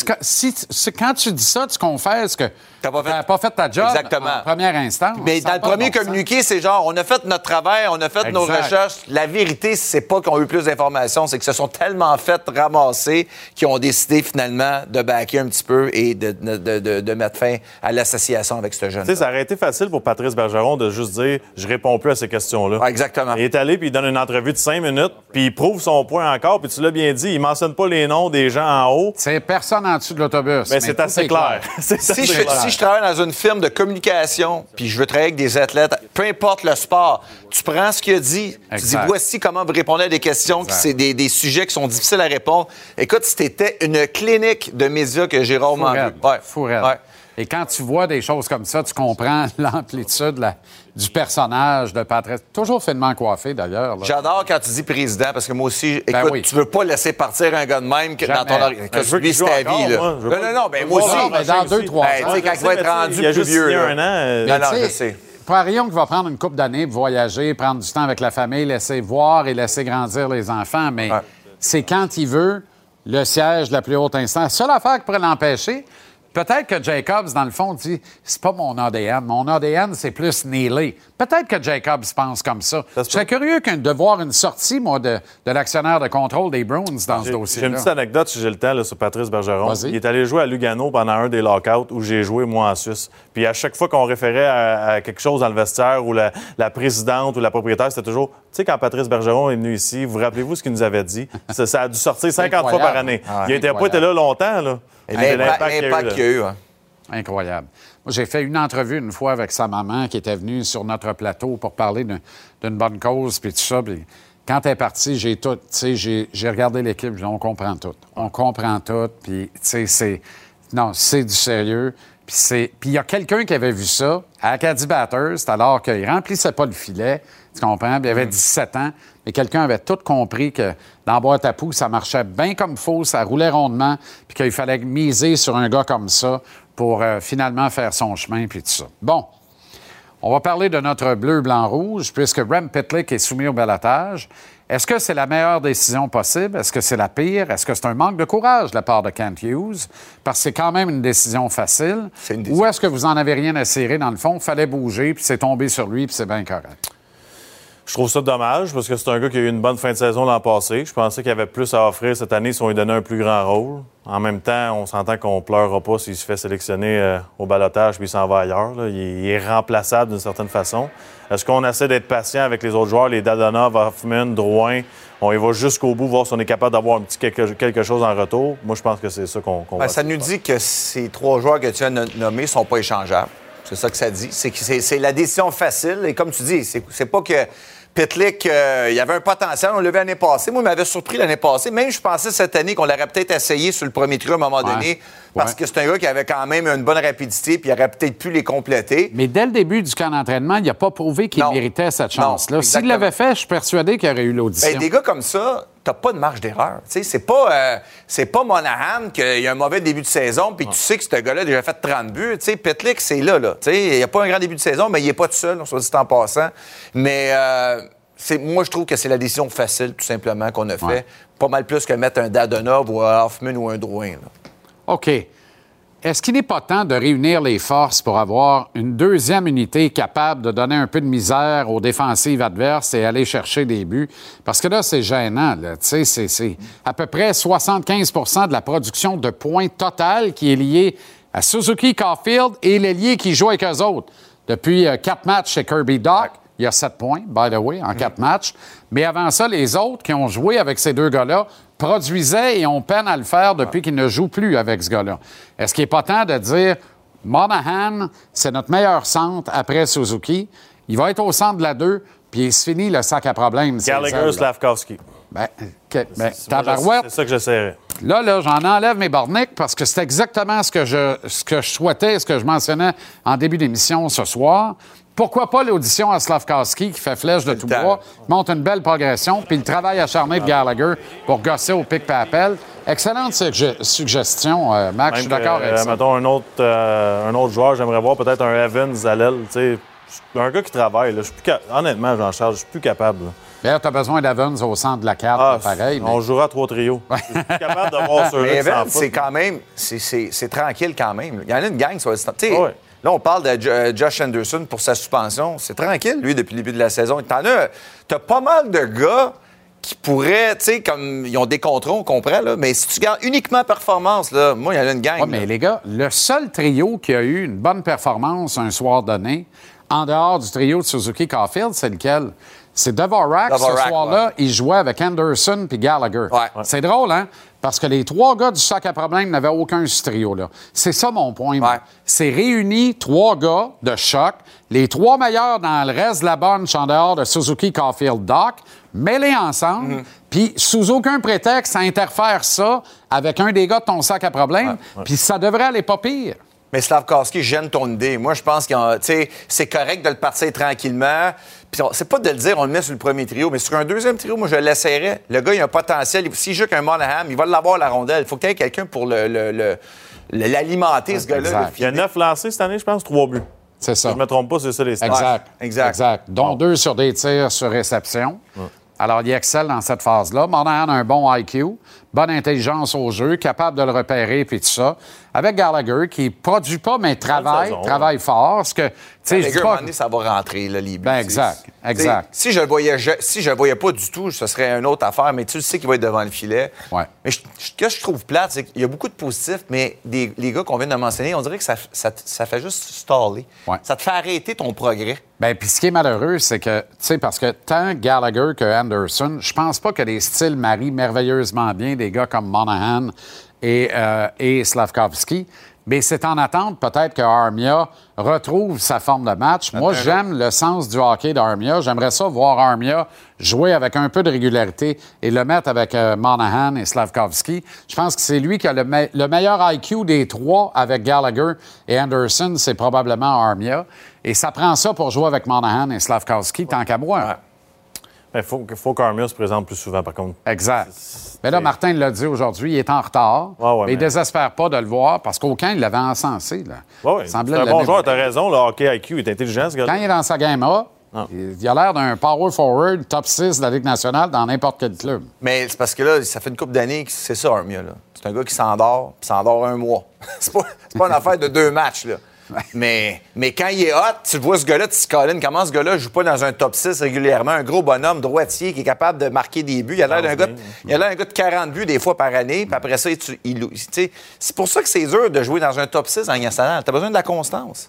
Quand tu dis ça, tu confesses que t'as pas fait ta job. Exactement. En première instance. Mais dans le premier communiqué, c'est genre, on a fait notre travail, on a fait nos recherches. La vérité, c'est pas qu'on a eu plus d'informations, c'est qu'ils se sont tellement fait ramasser qu'ils ont décidé finalement de backer un petit peu et de mettre fin à l'association avec ce jeune. Tu sais, ça aurait été facile pour Patrice Bergeron de juste dire « je réponds plus à ces questions-là ». Exactement. Il est allé puis il donne une entrevue de 5 minutes, puis il prouve son point encore, puis tu l'as bien dit, il mentionne pas les noms des gens en haut. C'est personne en dessous de l'autobus. Mais c'est assez clair. Si je travaille dans une firme de communication, puis je veux travailler avec des athlètes, peu importe le sport, tu prends ce qu'il a dit, tu dis voici comment vous répondez à des questions, c'est des sujets qui sont difficiles à répondre. Écoute, c'était une clinique de médias que Jérôme a vu. Fou raide. Et quand tu vois des choses comme ça, tu comprends l'amplitude du personnage de Patrice. Toujours finement coiffé, d'ailleurs. J'adore quand tu dis président, parce que moi aussi, écoute, tu veux pas laisser partir un gars de même dans ton que lui, c'est ta vie. Non, ben moi aussi. Mais dans 2-3 ans. Quand il va être rendu plus vieux. Je sais. Parions qu'il va prendre une couple d'années pour voyager, prendre du temps avec la famille, laisser voir et laisser grandir les enfants, mais c'est quand il veut le siège de la plus haute instance. La seule affaire qui pourrait l'empêcher, peut-être que Jacobs, dans le fond, dit « c'est pas mon ADN. Mon ADN, c'est plus Neely. » Peut-être que Jacobs pense comme ça. Je serais curieux de voir une sortie, moi, de l'actionnaire de contrôle des Bruins dans ce dossier-là. J'ai une petite anecdote, si j'ai le temps, là, sur Patrice Bergeron. Vas-y. Il est allé jouer à Lugano pendant un des lockouts où j'ai joué, moi, en Suisse. Puis à chaque fois qu'on référait à quelque chose dans le vestiaire ou la présidente ou la propriétaire, c'était toujours... Tu sais, quand Patrice Bergeron est venu ici, vous rappelez-vous ce qu'il nous avait dit? Ça a dû sortir 50 fois par année. Il n'a pas été là longtemps, là. L'impact qu'il y a eu. Incroyable. Moi, j'ai fait une entrevue une fois avec sa maman qui était venue sur notre plateau pour parler d'une bonne cause, puis tout ça. Puis quand elle est partie, j'ai regardé l'équipe, j'ai dit, on comprend tout. On comprend tout, puis tu sais, c'est du sérieux. Puis il y a quelqu'un qui avait vu ça à Acadie Batters, alors qu'il remplissait pas le filet, tu comprends? Puis il avait 17 ans, mais quelqu'un avait tout compris que dans la boîte à poux, ça marchait bien comme il faut, ça roulait rondement, puis qu'il fallait miser sur un gars comme ça pour finalement faire son chemin, puis tout ça. Bon, on va parler de notre bleu, blanc, rouge, puisque Rem Pitlick est soumis au balotage. Est-ce que c'est la meilleure décision possible? Est-ce que c'est la pire? Est-ce que c'est un manque de courage de la part de Kent Hughes? Parce que c'est quand même une décision facile. Ou est-ce que vous en avez rien à cirer dans le fond? Fallait bouger, puis c'est tombé sur lui, puis c'est bien correct. Je trouve ça dommage parce que c'est un gars qui a eu une bonne fin de saison l'an passé. Je pensais qu'il avait plus à offrir cette année si on lui donnait un plus grand rôle. En même temps, on s'entend qu'on ne pleurera pas s'il se fait sélectionner au balotage puis il s'en va ailleurs. Là. Il est remplaçable d'une certaine façon. Est-ce qu'on essaie d'être patient avec les autres joueurs, les Dadonov, Hoffman, Drouin? On y va jusqu'au bout, voir si on est capable d'avoir un petit quelque chose en retour. Moi, je pense que c'est ça qu'on va ça nous dit que ces 3 joueurs que tu as nommés ne sont pas échangeables. C'est ça que ça dit. C'est la décision facile. Et comme tu dis, c'est pas que Pitlick, il y avait un potentiel. On l'a vu l'année passée. Moi, il m'avait surpris l'année passée. Même, je pensais cette année qu'on l'aurait peut-être essayé sur le premier trio à un moment donné. Parce que c'est un gars qui avait quand même une bonne rapidité puis il aurait peut-être pu les compléter. Mais dès le début du camp d'entraînement, il n'a pas prouvé qu'il méritait cette chance-là. S'il l'avait fait, je suis persuadé qu'il aurait eu l'audition. Bien, des gars comme ça, t'as pas de marge d'erreur. C'est pas Monahan qui a un mauvais début de saison puis tu sais que ce gars-là a déjà fait 30 buts. Pitlick, c'est là. Il n'y a pas un grand début de saison, mais il n'est pas tout seul, on soit dit en passant. Mais moi, je trouve que c'est la décision facile, tout simplement, qu'on a fait. Pas mal plus que mettre un Dadonov ou un Hoffman ou un Drouin. Là. OK. Est-ce qu'il n'est pas temps de réunir les forces pour avoir une deuxième unité capable de donner un peu de misère aux défensives adverses et aller chercher des buts? Parce que là, c'est gênant. Là. C'est à peu près 75 de la production de points totale qui est liée à Suzuki, Caulfield et l'ailier qui joue avec eux autres. Depuis 4 matchs chez Kirby Dach, il y a 7 points, by the way, en 4 matchs. Mais avant ça, les autres qui ont joué avec ces deux gars-là produisaient et ont peine à le faire depuis qu'ils ne jouent plus avec ce gars-là. Est-ce qu'il n'est pas temps de dire Monahan, c'est notre meilleur centre après Suzuki. Il va être au centre de la 2, puis c'est fini le sac à problème. Gallagher, Slavkovski. Tabarouette. C'est ça que j'essaierais. Là, j'en enlève mes borniques parce que c'est exactement ce que je souhaitais, ce que je mentionnais en début d'émission ce soir. Pourquoi pas l'audition à Slavkovski qui fait flèche de tout bois, montre une belle progression, puis le travail acharné de Gallagher pour gosser au pic papel. Excellente suggestion, Max, je suis d'accord avec ça. Mettons un autre joueur, j'aimerais voir peut-être un Evans à l'aile. Un gars qui travaille. Là, honnêtement, Jean-Charles, je suis plus capable. D'ailleurs, tu as besoin d'Evans au centre de la carte, pareil. On jouera à 3 trios. Je suis capable de voir ceux-là. Mais Evans, c'est quand même... C'est tranquille quand même. Il y en a une gang sur le stand. Là, on parle de Josh Anderson pour sa suspension. C'est tranquille, lui, depuis le début de la saison. T'as pas mal de gars qui pourraient, comme ils ont des contrats, on comprend, là, mais si tu gardes uniquement performance, là, moi, il y en a une gang. Oui, mais les gars, le seul trio qui a eu une bonne performance un soir donné, en dehors du trio de Suzuki Caulfield, c'est lequel? C'est Dvorak. Ce soir-là, il jouait avec Anderson puis Gallagher. Ouais. C'est drôle, hein? Parce que les 3 gars du sac à problème n'avaient aucun ce trio-là. C'est ça mon point. Ouais. C'est réuni 3 gars de choc, les 3 meilleurs dans le reste de la bunch en dehors de Suzuki, Caulfield, Dach, mêlés ensemble, puis sous aucun prétexte, ça interfère ça avec un des gars de ton sac à problème, puis ça devrait aller pas pire. Mais Slavkovski gêne ton idée. Moi, je pense que c'est correct de le partir tranquillement. Puis c'est pas de le dire, on le met sur le premier trio, mais sur un deuxième trio, moi, je l'essayerais. Le gars, il a un potentiel. S'il joue qu'un Monahan, il va l'avoir, la rondelle. Il faut qu'il y ait quelqu'un pour l'alimenter, ce gars-là. Il y a 9 lancés cette année, je pense, 3 buts. C'est ça. Si je ne me trompe pas, c'est ça les stats. Exact. Dont 2 sur des tirs sur réception. Ouais. Alors, il excelle dans cette phase-là. Monahan a un bon IQ, bonne intelligence au jeu, capable de le repérer puis tout ça. Avec Gallagher, qui produit pas, mais travaille fort. Ce que, Gallagher, à un moment donné, ça va rentrer, là, les buts. Exact. Si je le voyais pas du tout, ce serait une autre affaire, mais tu le sais qu'il va être devant le filet. Ouais. Mais ce que je trouve plate, c'est qu'il y a beaucoup de positifs, mais les gars qu'on vient de mentionner, on dirait que ça fait juste staller. Ouais. Ça te fait arrêter ton progrès. Bien, puis ce qui est malheureux, c'est que, parce que tant Gallagher que Anderson, je pense pas que les styles marient merveilleusement bien des gars comme Monahan et Slavkovski. Mais c'est en attente peut-être que Armia retrouve sa forme de match. Moi, j'aime le sens du hockey d'Armia. J'aimerais ça voir Armia jouer avec un peu de régularité et le mettre avec Monahan et Slavkovski. Je pense que c'est lui qui a le meilleur IQ des trois avec Gallagher et Anderson. C'est probablement Armia. Et ça prend ça pour jouer avec Monahan et Slavkovski, tant qu'à moi. Ouais. Il faut qu'Armia se présente plus souvent, par contre. Exact. Mais là, Martin l'a dit aujourd'hui, il est en retard. Mais il ne désespère pas de le voir parce qu'aucun, il l'avait encensé. Là. Oui, c'est un bon joueur, tu as raison. Le hockey IQ est intelligent, ce gars-là. Quand il est dans sa game A, il a l'air d'un power forward top 6 de la Ligue nationale dans n'importe quel club. Mais c'est parce que là, ça fait une couple d'années que c'est ça, Armia. Là. C'est un gars qui s'endort, puis s'endort un mois. c'est pas une affaire de 2 matchs, là. Mais quand il est hot, tu vois ce gars-là, tu te colines. Comment ce gars-là joue pas dans un top 6 régulièrement? Un gros bonhomme droitier qui est capable de marquer des buts. Il a l'air d'un gars de 40 buts des fois par année. Puis après ça, c'est pour ça que c'est dur de jouer dans un top 6 en Ligue nationale. Tu as besoin de la constance.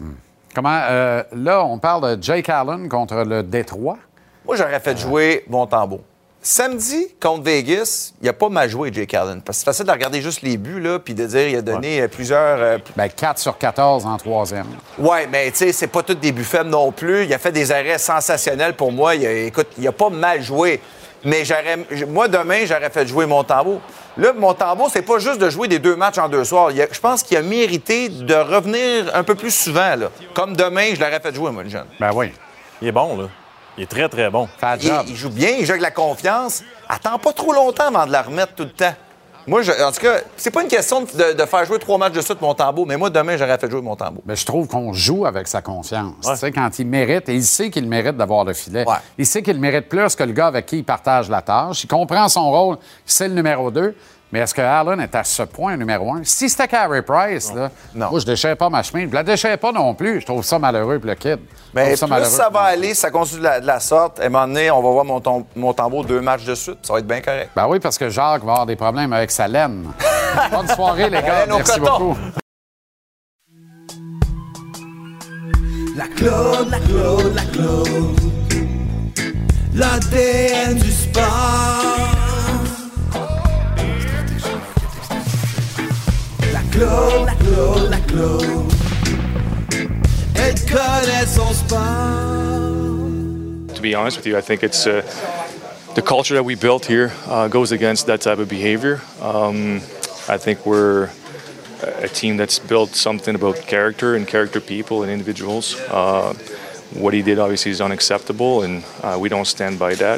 Là, on parle de Jake Allen contre le Détroit. Moi, j'aurais fait jouer Montembeault. Samedi, contre Vegas, il a pas mal joué, Jake Allen. Parce que c'est facile de regarder juste les buts, là, puis de dire il a donné plusieurs... 4 sur 14 en troisième. Oui, mais tu sais, c'est pas tous des buts faibles non plus. Il a fait des arrêts sensationnels pour moi. Il a pas mal joué. Mais moi, demain, j'aurais fait jouer Montembeault. Là, Montembeault, c'est pas juste de jouer des 2 matchs en 2 soirs. Je pense qu'il a mérité de revenir un peu plus souvent, là. Comme demain, je l'aurais fait jouer, moi, le jeune. Ben oui. Il est bon, là. Il est très, très bon. Il joue bien, il joue avec la confiance. Attends pas trop longtemps avant de la remettre tout le temps. Moi, en tout cas, c'est pas une question de faire jouer 3 matchs de suite Montembeault, mais moi, demain, j'aurais fait jouer Montembeault. Mais je trouve qu'on joue avec sa confiance. Tu sais, quand il mérite, et il sait qu'il mérite d'avoir le filet. Ouais. Il sait qu'il mérite plus que le gars avec qui il partage la tâche. Il comprend son rôle, c'est le numéro 2. Mais est-ce que Allen est à ce point numéro 1? Si c'était Carey Price, là, moi, je déchire pas ma chemise. Je la déchire pas non plus. Je trouve ça malheureux pour le kid. Mais ça va aller, ça continue de la sorte. À un moment donné, on va voir Montembeault 2 matchs de suite. Ça va être bien correct. Ben oui, parce que Jacques va avoir des problèmes avec sa laine. Bonne soirée, les gars. Merci beaucoup. La Claude, l'ADN du sport. La Claude, elle connaît son sport. To be honest with you, I think it's the culture that we built here goes against that type of behavior. I think we're a team that's built something about character and character people and individuals. What he did obviously is unacceptable, and we don't stand by that.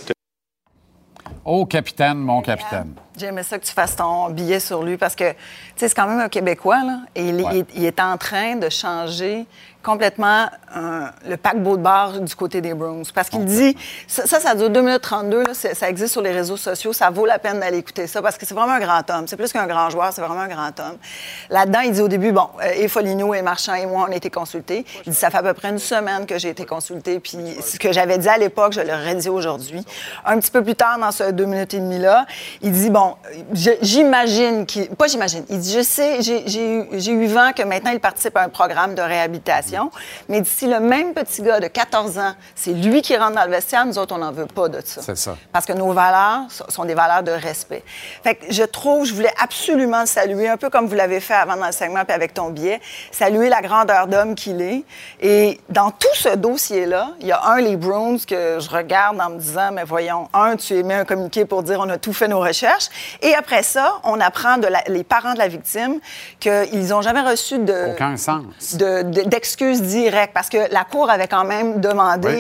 Oh, capitaine, mon capitaine. J'aimais ça que tu fasses ton billet sur lui parce que, tu sais, c'est quand même un Québécois, là, et il est en train de changer complètement le paquebot de bar du côté des Bruins. Parce qu'il dit, ça dure 2 minutes 32, là, ça existe sur les réseaux sociaux, ça vaut la peine d'aller écouter ça parce que c'est vraiment un grand homme. C'est plus qu'un grand joueur, c'est vraiment un grand homme. Là-dedans, il dit au début, et Foligno et Marchand et moi, on a été consultés. Il dit, ça fait à peu près 1 semaine que j'ai été consulté, puis ce que j'avais dit à l'époque, je le redis aujourd'hui. Un petit peu plus tard, dans ce 2 minutes et demie-là, il dit, j'imagine pas j'imagine, il dit, je sais, j'ai eu vent que maintenant, il participe à un programme de réhabilitation. Mais d'ici le même petit gars de 14 ans, c'est lui qui rentre dans le vestiaire, nous autres, on n'en veut pas de ça. C'est ça. Parce que nos valeurs sont des valeurs de respect. Fait que je voulais absolument le saluer, un peu comme vous l'avez fait avant dans le segment puis avec ton billet, saluer la grandeur d'homme qu'il est. Et dans tout ce dossier-là, il y a les Bruins que je regarde en me disant, mais voyons, tu émets un communiqué pour dire on a tout fait nos recherches. Et après ça, on apprend les parents de la victime qu'ils n'ont jamais reçu aucun sens. d'excuses directes, parce que la Cour avait quand même demandé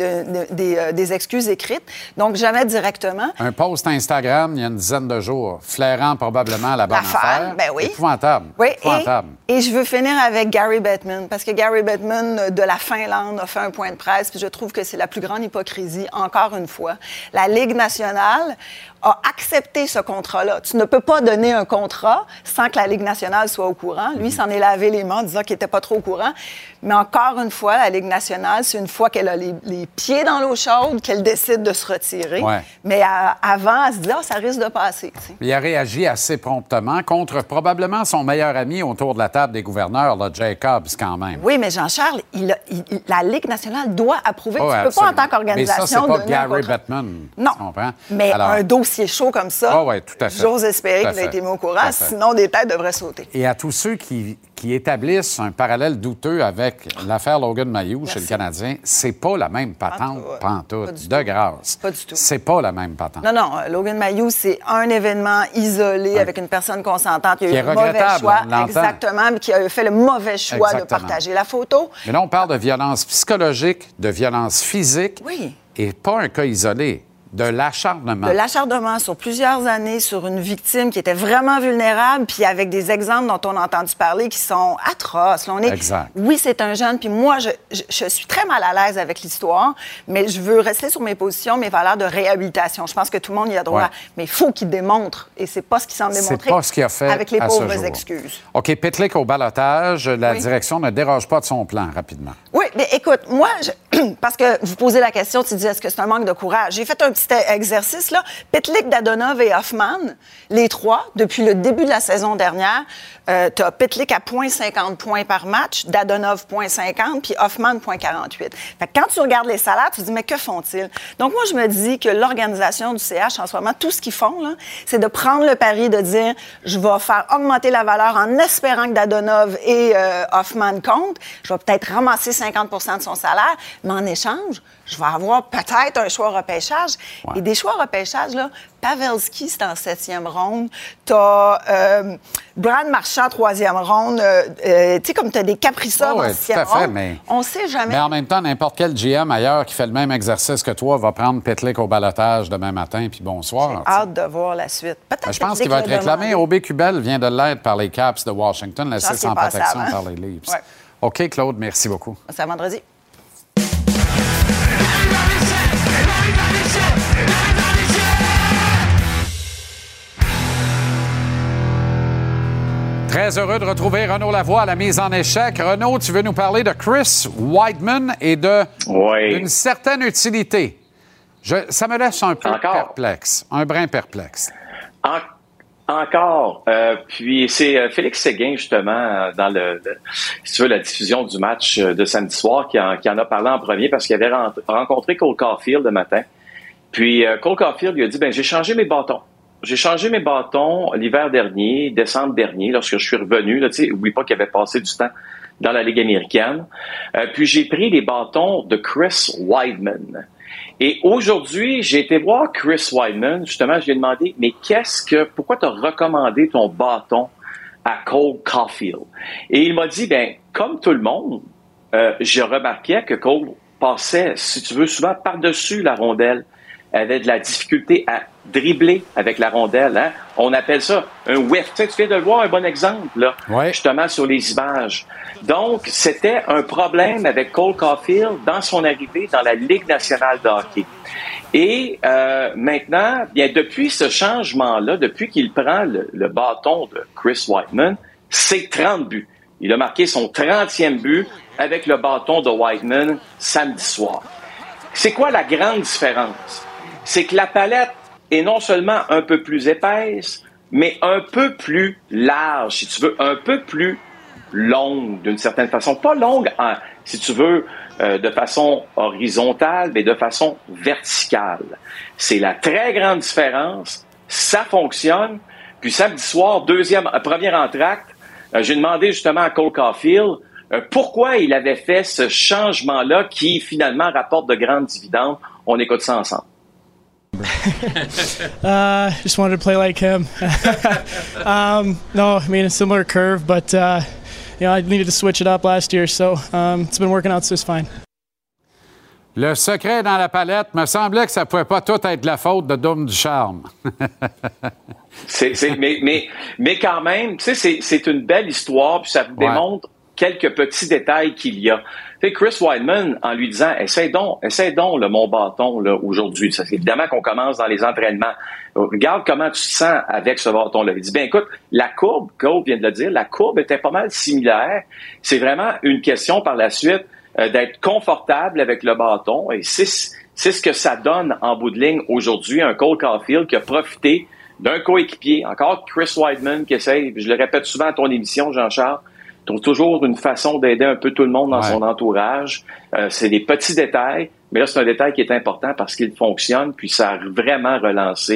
des excuses écrites, donc jamais directement. Un post Instagram il y a une dizaine de jours, flairant probablement la bonne affaire. Ben oui. Épouvantable. Oui, épouvantable. Et je veux finir avec Gary Bettman, parce que Gary Bettman de la Finlande a fait un point de presse, puis je trouve que c'est la plus grande hypocrisie, encore une fois. La Ligue nationale a accepté ce contrat-là. Tu ne peux pas donner un contrat sans que la Ligue nationale soit au courant. Lui, s'en est lavé les mains en disant qu'il n'était pas trop au courant. Mais encore une fois, la Ligue nationale, c'est une fois qu'elle a les pieds dans l'eau chaude qu'elle décide de se retirer. Ouais. Mais avant, elle se dit, ça risque de passer. T'sais. Il a réagi assez promptement contre probablement son meilleur ami autour de la table des gouverneurs, là, Jacobs, quand même. Oui, mais Jean-Charles, la Ligue nationale doit approuver. Tu ne peux pas, en tant qu'organisation... Mais ça, c'est pas Gary Bettman. Non, tu comprends? Mais un dossier chaud comme ça, tout à fait. j'ose espérer qu'il a été mis au courant, sinon des têtes devraient sauter. Et à tous ceux qui qui établissent un parallèle douteux avec l'affaire Logan Mailloux chez le Canadien, c'est pas la même patente, pantoute, de grâce. Pas du tout. C'est pas la même patente. Non, Logan Mailloux, c'est un événement isolé avec une personne consentante. Il y a eu le mauvais choix, exactement, mais qui a fait le mauvais choix de partager la photo. Mais là, on parle de violence psychologique, de violence physique, et pas un cas isolé. De l'acharnement. De l'acharnement sur plusieurs années sur une victime qui était vraiment vulnérable, puis avec des exemples dont on a entendu parler qui sont atroces. Là, exact. Oui, c'est un jeune, puis moi, je suis très mal à l'aise avec l'histoire, mais je veux rester sur mes positions, mes valeurs de réhabilitation. Je pense que tout le monde y a droit, mais il faut qu'il démontre, et c'est pas ce qu'il semble démontrer. C'est pas ce qu'il a fait avec les à pauvres ce jour. excuses. OK, Pitlick au ballottage, la direction ne déroge pas de son plan, rapidement. Oui, mais écoute, moi, parce que vous posez la question, tu dis, est-ce que c'est un manque de courage? J'ai fait un petit exercice, là. Pitlick, Dadonov et Hoffman, les trois, depuis le début de la saison dernière, tu as Pitlick à 0,50 points par match, Dadonov 0,50, puis Hoffman 0,48. Fait que quand tu regardes les salaires, tu te dis, mais que font-ils? Donc, moi, je me dis que l'organisation du CH, en ce moment, tout ce qu'ils font, là, c'est de prendre le pari de dire, je vais faire augmenter la valeur en espérant que Dadonov et Hoffman comptent. Je vais peut-être ramasser 50 de son salaire, mais en échange, je vais avoir peut-être un choix repêchage. Et des choix repêchage, là, Pavelski, c'est en 7e ronde. T'as Brad Marchand, 3e ronde. Tu sais, comme t'as des Kaprizov en 6e ronde. Mais on sait jamais. Mais en même temps, n'importe quel GM ailleurs qui fait le même exercice que toi va prendre Pitlick au ballottage demain matin, puis bonsoir. J'ai hâte de voir la suite. Peut-être je pense qu'il va être réclamé. Obé Kubel vient de l'être par les Caps de Washington, laissé sans protection par les Leafs. Ouais. OK, Claude, merci beaucoup. C'est à vendredi. Très heureux de retrouver Renaud Lavoie à la mise en échec. Renaud, tu veux nous parler de Chris Wideman et d'une certaine utilité. Ça me laisse un peu perplexe, un brin perplexe. Encore. Puis c'est Félix Séguin, justement, dans si tu veux, la diffusion du match de samedi soir, qui en a parlé en premier parce qu'il avait rencontré Cole Caulfield le matin. Puis Cole Caulfield lui a dit, j'ai changé mes bâtons. J'ai changé mes bâtons l'hiver dernier, décembre dernier, lorsque je suis revenu. Là, oublie pas qu'il avait passé du temps dans la Ligue américaine. Puis j'ai pris les bâtons de Chris Wideman. Et aujourd'hui, j'ai été voir Chris Wideman. Justement, je lui ai demandé, mais pourquoi tu as recommandé ton bâton à Cole Caulfield? Et il m'a dit, comme tout le monde, je remarquais que Cole passait, si tu veux, souvent par-dessus la rondelle. Avait de la difficulté à dribbler avec la rondelle. Hein? On appelle ça un whiff. Tu viens de le voir, un bon exemple, là, justement, sur les images. Donc, c'était un problème avec Cole Caulfield dans son arrivée dans la Ligue nationale de hockey. Et maintenant, depuis ce changement-là, depuis qu'il prend le bâton de Chris Wideman, c'est 30 buts. Il a marqué son 30e but avec le bâton de Wideman samedi soir. C'est quoi la grande différence? C'est que la palette est non seulement un peu plus épaisse, mais un peu plus large, si tu veux, un peu plus longue d'une certaine façon. Pas longue, si tu veux, de façon horizontale, mais de façon verticale. C'est la très grande différence. Ça fonctionne. Puis samedi soir, premier entracte, j'ai demandé justement à Cole Caulfield pourquoi il avait fait ce changement-là qui finalement rapporte de grandes dividendes. On écoute ça ensemble. Just wanted to play like him. No, I mean a similar curve, but I needed to switch it up last year, so it's been working out just fine. Le secret dans la palette, me semblait que ça pouvait pas tout être de la faute de Dom Ducharme. mais quand même, tu sais, c'est une belle histoire, puis ça vous démontre quelques petits détails qu'il y a. Tu sais, Chris Wideman, en lui disant, essaie donc mon bâton là aujourd'hui. Ça, c'est évidemment qu'on commence dans les entraînements. Regarde comment tu te sens avec ce bâton-là. Il dit, écoute, la courbe, Cole vient de le dire, la courbe était pas mal similaire. C'est vraiment une question par la suite d'être confortable avec le bâton. Et c'est ce que ça donne en bout de ligne aujourd'hui. Un Cole Caulfield qui a profité d'un coéquipier, encore Chris Wideman qui essaie, je le répète souvent à ton émission, Jean-Charles, trouve toujours une façon d'aider un peu tout le monde dans son entourage. C'est des petits détails, mais là, c'est un détail qui est important parce qu'il fonctionne, puis ça a vraiment relancé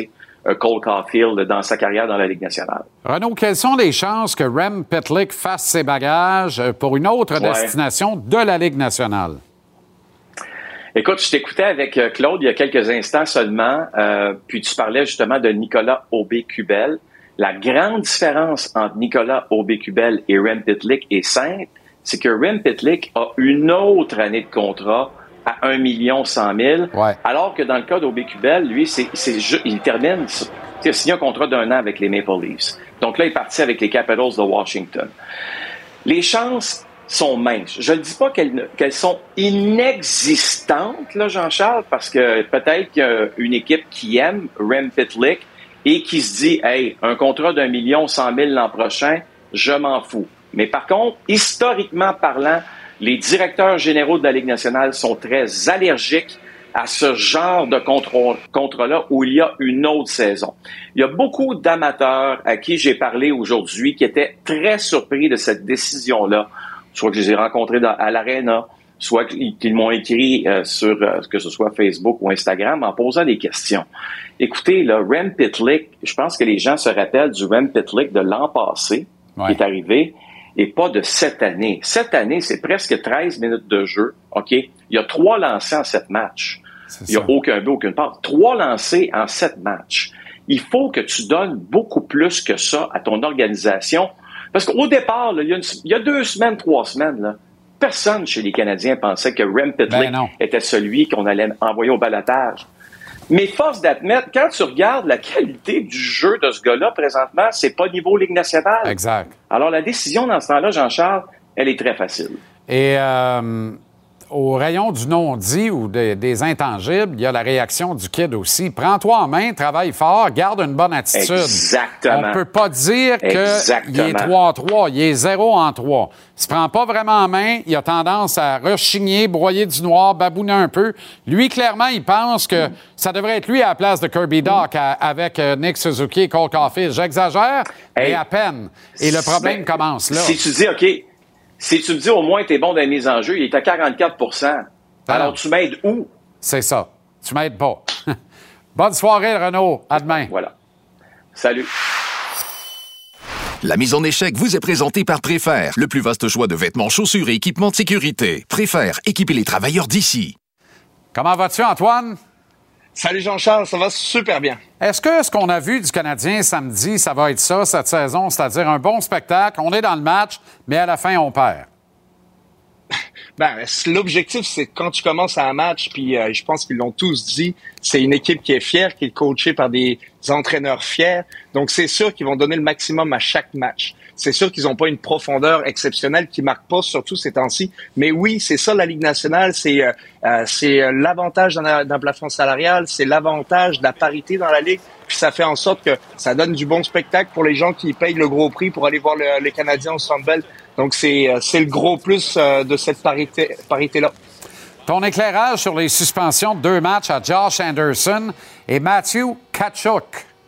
Cole Caulfield dans sa carrière dans la Ligue nationale. Renaud, quelles sont les chances que Rem Pitlick fasse ses bagages pour une autre destination de la Ligue nationale? Écoute, je t'écoutais avec Claude il y a quelques instants seulement, puis tu parlais justement de Nicolas Aubé-Kubel. La grande différence entre Nicolas Aubé-Kubel et Rem Pitlick est simple, c'est que Rem Pitlick a une autre année de contrat à 1 100 000 $, alors que dans le cas d'Aubé-Kubel, lui, il termine, il a signé un contrat d'1 an avec les Maple Leafs. Donc là, il est parti avec les Capitals de Washington. Les chances sont minces. Je ne dis pas qu'elles sont inexistantes, là, Jean-Charles, parce que peut-être qu'il y a une équipe qui aime Rem Pitlick et qui se dit, hey, un contrat d'1 100 000 $ l'an prochain, je m'en fous. Mais par contre, historiquement parlant, les directeurs généraux de la Ligue nationale sont très allergiques à ce genre de contrat-là où il y a une autre saison. Il y a beaucoup d'amateurs à qui j'ai parlé aujourd'hui qui étaient très surpris de cette décision-là, soit que je les ai rencontrés à l'Arena, soit qu'ils m'ont écrit sur que ce soit Facebook ou Instagram en posant des questions. Écoutez, là, Rem Pitlick, je pense que les gens se rappellent du Rem Pitlick de l'an passé qui est arrivé et pas de cette année. Cette année, c'est presque 13 minutes de jeu. OK? Il y a 3 lancés en 7 matchs. Il n'y a aucun but, aucune passe. 3 lancés en 7 matchs. Il faut que tu donnes beaucoup plus que ça à ton organisation. Parce qu'au départ, là, il y a 2 semaines, 3 semaines, là, personne chez les Canadiens pensait que Rem Pitlick était celui qu'on allait envoyer au balotage. Mais force d'admettre, quand tu regardes la qualité du jeu de ce gars-là, présentement, c'est pas niveau Ligue nationale. Exact. Alors, la décision dans ce temps-là, Jean-Charles, elle est très facile. Et au rayon du non-dit ou des intangibles, il y a la réaction du kid aussi. Prends-toi en main, travaille fort, garde une bonne attitude. Exactement. On peut pas dire qu'il est 3-3, il est 0-3. Il se prend pas vraiment en main, il a tendance à rechigner, broyer du noir, babouner un peu. Lui, clairement, il pense que ça devrait être lui à la place de Kirby Dach avec Nick Suzuki et Cole Caulfield. J'exagère, mais à peine. Et le problème commence là. Si tu dis, OK, si tu me dis au moins t'es bon dans la mise en jeu, il est à 44 %. Alors tu m'aides où? C'est ça. Tu m'aides pas. Bonne soirée, Renaud. À demain. Voilà. Salut. La mise en échec vous est présentée par Préfère, le plus vaste choix de vêtements, chaussures et équipements de sécurité. Préfère, équipez les travailleurs d'ici. Comment vas-tu, Antoine? Salut Jean-Charles, ça va super bien. Est-ce que ce qu'on a vu du Canadien samedi, ça va être ça cette saison, c'est-à-dire un bon spectacle, on est dans le match, mais à la fin, on perd? L'objectif, c'est quand tu commences à un match, puis je pense qu'ils l'ont tous dit, c'est une équipe qui est fière, qui est coachée par des entraîneurs fiers. Donc, c'est sûr qu'ils vont donner le maximum à chaque match. C'est sûr qu'ils n'ont pas une profondeur exceptionnelle qui marque pas, surtout ces temps-ci. Mais oui, c'est ça la Ligue nationale, c'est l'avantage d'un plafond salarial, c'est l'avantage de la parité dans la Ligue. Puis ça fait en sorte que ça donne du bon spectacle pour les gens qui payent le gros prix pour aller voir les Canadiens au Centre Bell. Donc, c'est le gros plus de cette parité-là. Ton éclairage sur les suspensions de 2 matchs à Josh Anderson et Matthew Tkachuk.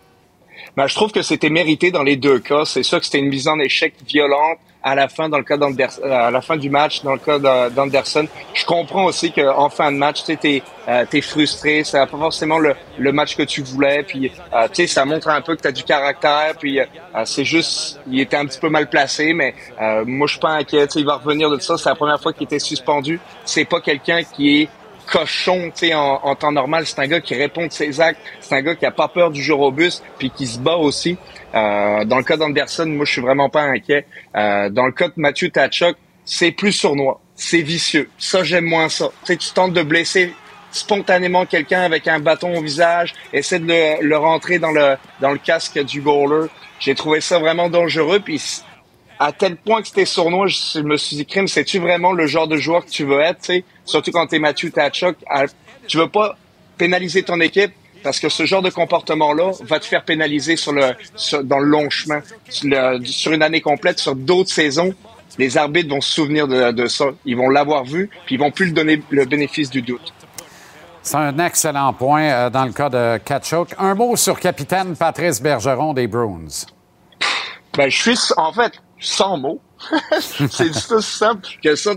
Je trouve que c'était mérité dans les 2 cas. C'est sûr que c'était une mise en échec violente à la fin, dans le cas à la fin du match, dans le cas d'Anderson. Je comprends aussi qu'en fin de match, t'es frustré, ça n'a pas forcément le match que tu voulais, puis ça montre un peu que t'as du caractère, puis c'est juste, il était un petit peu mal placé, mais moi je suis pas inquiet, il va revenir de ça. C'est la première fois qu'il était suspendu. C'est pas quelqu'un qui est cochon, en temps normal. C'est un gars qui répond de ses actes. C'est un gars qui a pas peur du jeu robuste, puis qui se bat aussi. Dans le cas d'Anderson, moi, je suis vraiment pas inquiet. Dans le cas de Matthew Tkachuk, c'est plus sournois. C'est vicieux. Ça, j'aime moins ça. Tu tentes de blesser spontanément quelqu'un avec un bâton au visage, essaie de le rentrer dans le casque du goaler. J'ai trouvé ça vraiment dangereux, puis à tel point que c'était sournois, je me suis dit, crime, c'est-tu vraiment le genre de joueur que tu veux être, surtout quand t'es Matthew Tkachuk, tu veux pas pénaliser ton équipe, parce que ce genre de comportement-là va te faire pénaliser dans le long chemin, sur une année complète, sur d'autres saisons. Les arbitres vont se souvenir de ça. Ils vont l'avoir vu, puis ils vont plus lui donner le bénéfice du doute. C'est un excellent point dans le cas de Tkachuk. Un mot sur capitaine Patrice Bergeron des Bruins. Je suis, en fait, sans mots. C'est tout simple que ça.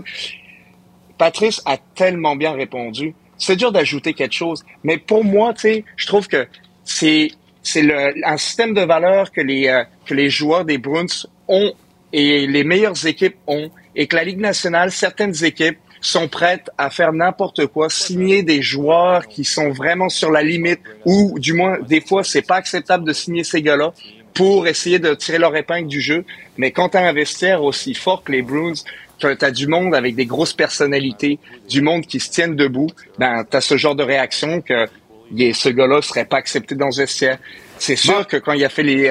Patrice a tellement bien répondu. C'est dur d'ajouter quelque chose, mais pour moi, je trouve que c'est c'est un système de valeurs que les joueurs des Bruins ont et les meilleures équipes ont, et que la Ligue nationale, certaines équipes sont prêtes à faire n'importe quoi, signer des joueurs qui sont vraiment sur la limite, ou du moins, des fois, c'est pas acceptable de signer ces gars-là pour essayer de tirer leur épingle du jeu. Mais quand t'as un vestiaire aussi fort que les Bruins, t'as du monde avec des grosses personnalités, du monde qui se tiennent debout, ben, t'as ce genre de réaction que ce gars-là serait pas accepté dans ce vestiaire. C'est sûr que quand il a fait les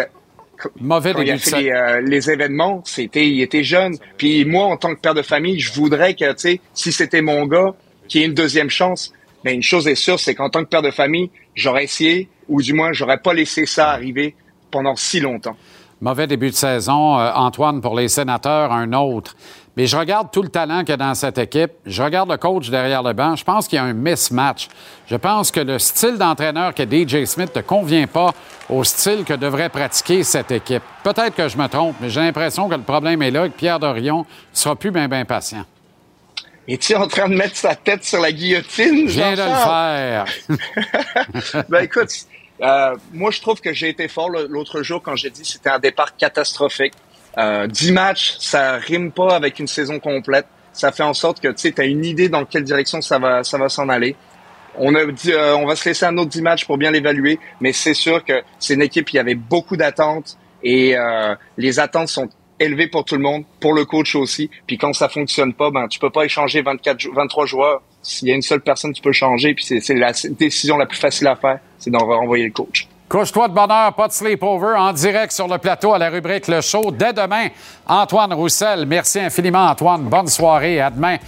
événements, il était jeune. Puis moi, en tant que père de famille, je voudrais que, tu sais, si c'était mon gars, qu'il y ait une deuxième chance. Mais une chose est sûre, c'est qu'en tant que père de famille, j'aurais essayé, ou du moins, j'aurais pas laissé ça arriver pendant si longtemps. Mauvais début de saison, Antoine, pour les Sénateurs, un autre. Mais je regarde tout le talent qu'il y a dans cette équipe. Je regarde le coach derrière le banc. Je pense qu'il y a un mismatch. Je pense que le style d'entraîneur que DJ Smith ne convient pas au style que devrait pratiquer cette équipe. Peut-être que je me trompe, mais j'ai l'impression que le problème est là et que Pierre Dorion ne sera plus bien patient. Es-tu en train de mettre sa tête sur la guillotine? Je viens de le faire. Ben écoute, moi je trouve que j'ai été fort l'autre jour quand j'ai dit que c'était un départ catastrophique. 10 matchs, ça rime pas avec une saison complète. Ça fait en sorte que tu as une idée dans quelle direction ça va s'en aller. On a dit, on va se laisser un autre 10 matchs pour bien l'évaluer, mais c'est sûr que c'est une équipe qui avait beaucoup d'attentes et les attentes sont élevées pour tout le monde, pour le coach aussi. Puis quand ça fonctionne pas, ben tu peux pas échanger 23 joueurs. S'il y a une seule personne qui peut changer, puis c'est la décision la plus facile à faire, c'est d'en renvoyer le coach. Couche-toi de bonne heure, pas de sleepover, en direct sur le plateau à la rubrique Le Show. Dès demain, Antoine Roussel. Merci infiniment, Antoine. Bonne soirée. À demain.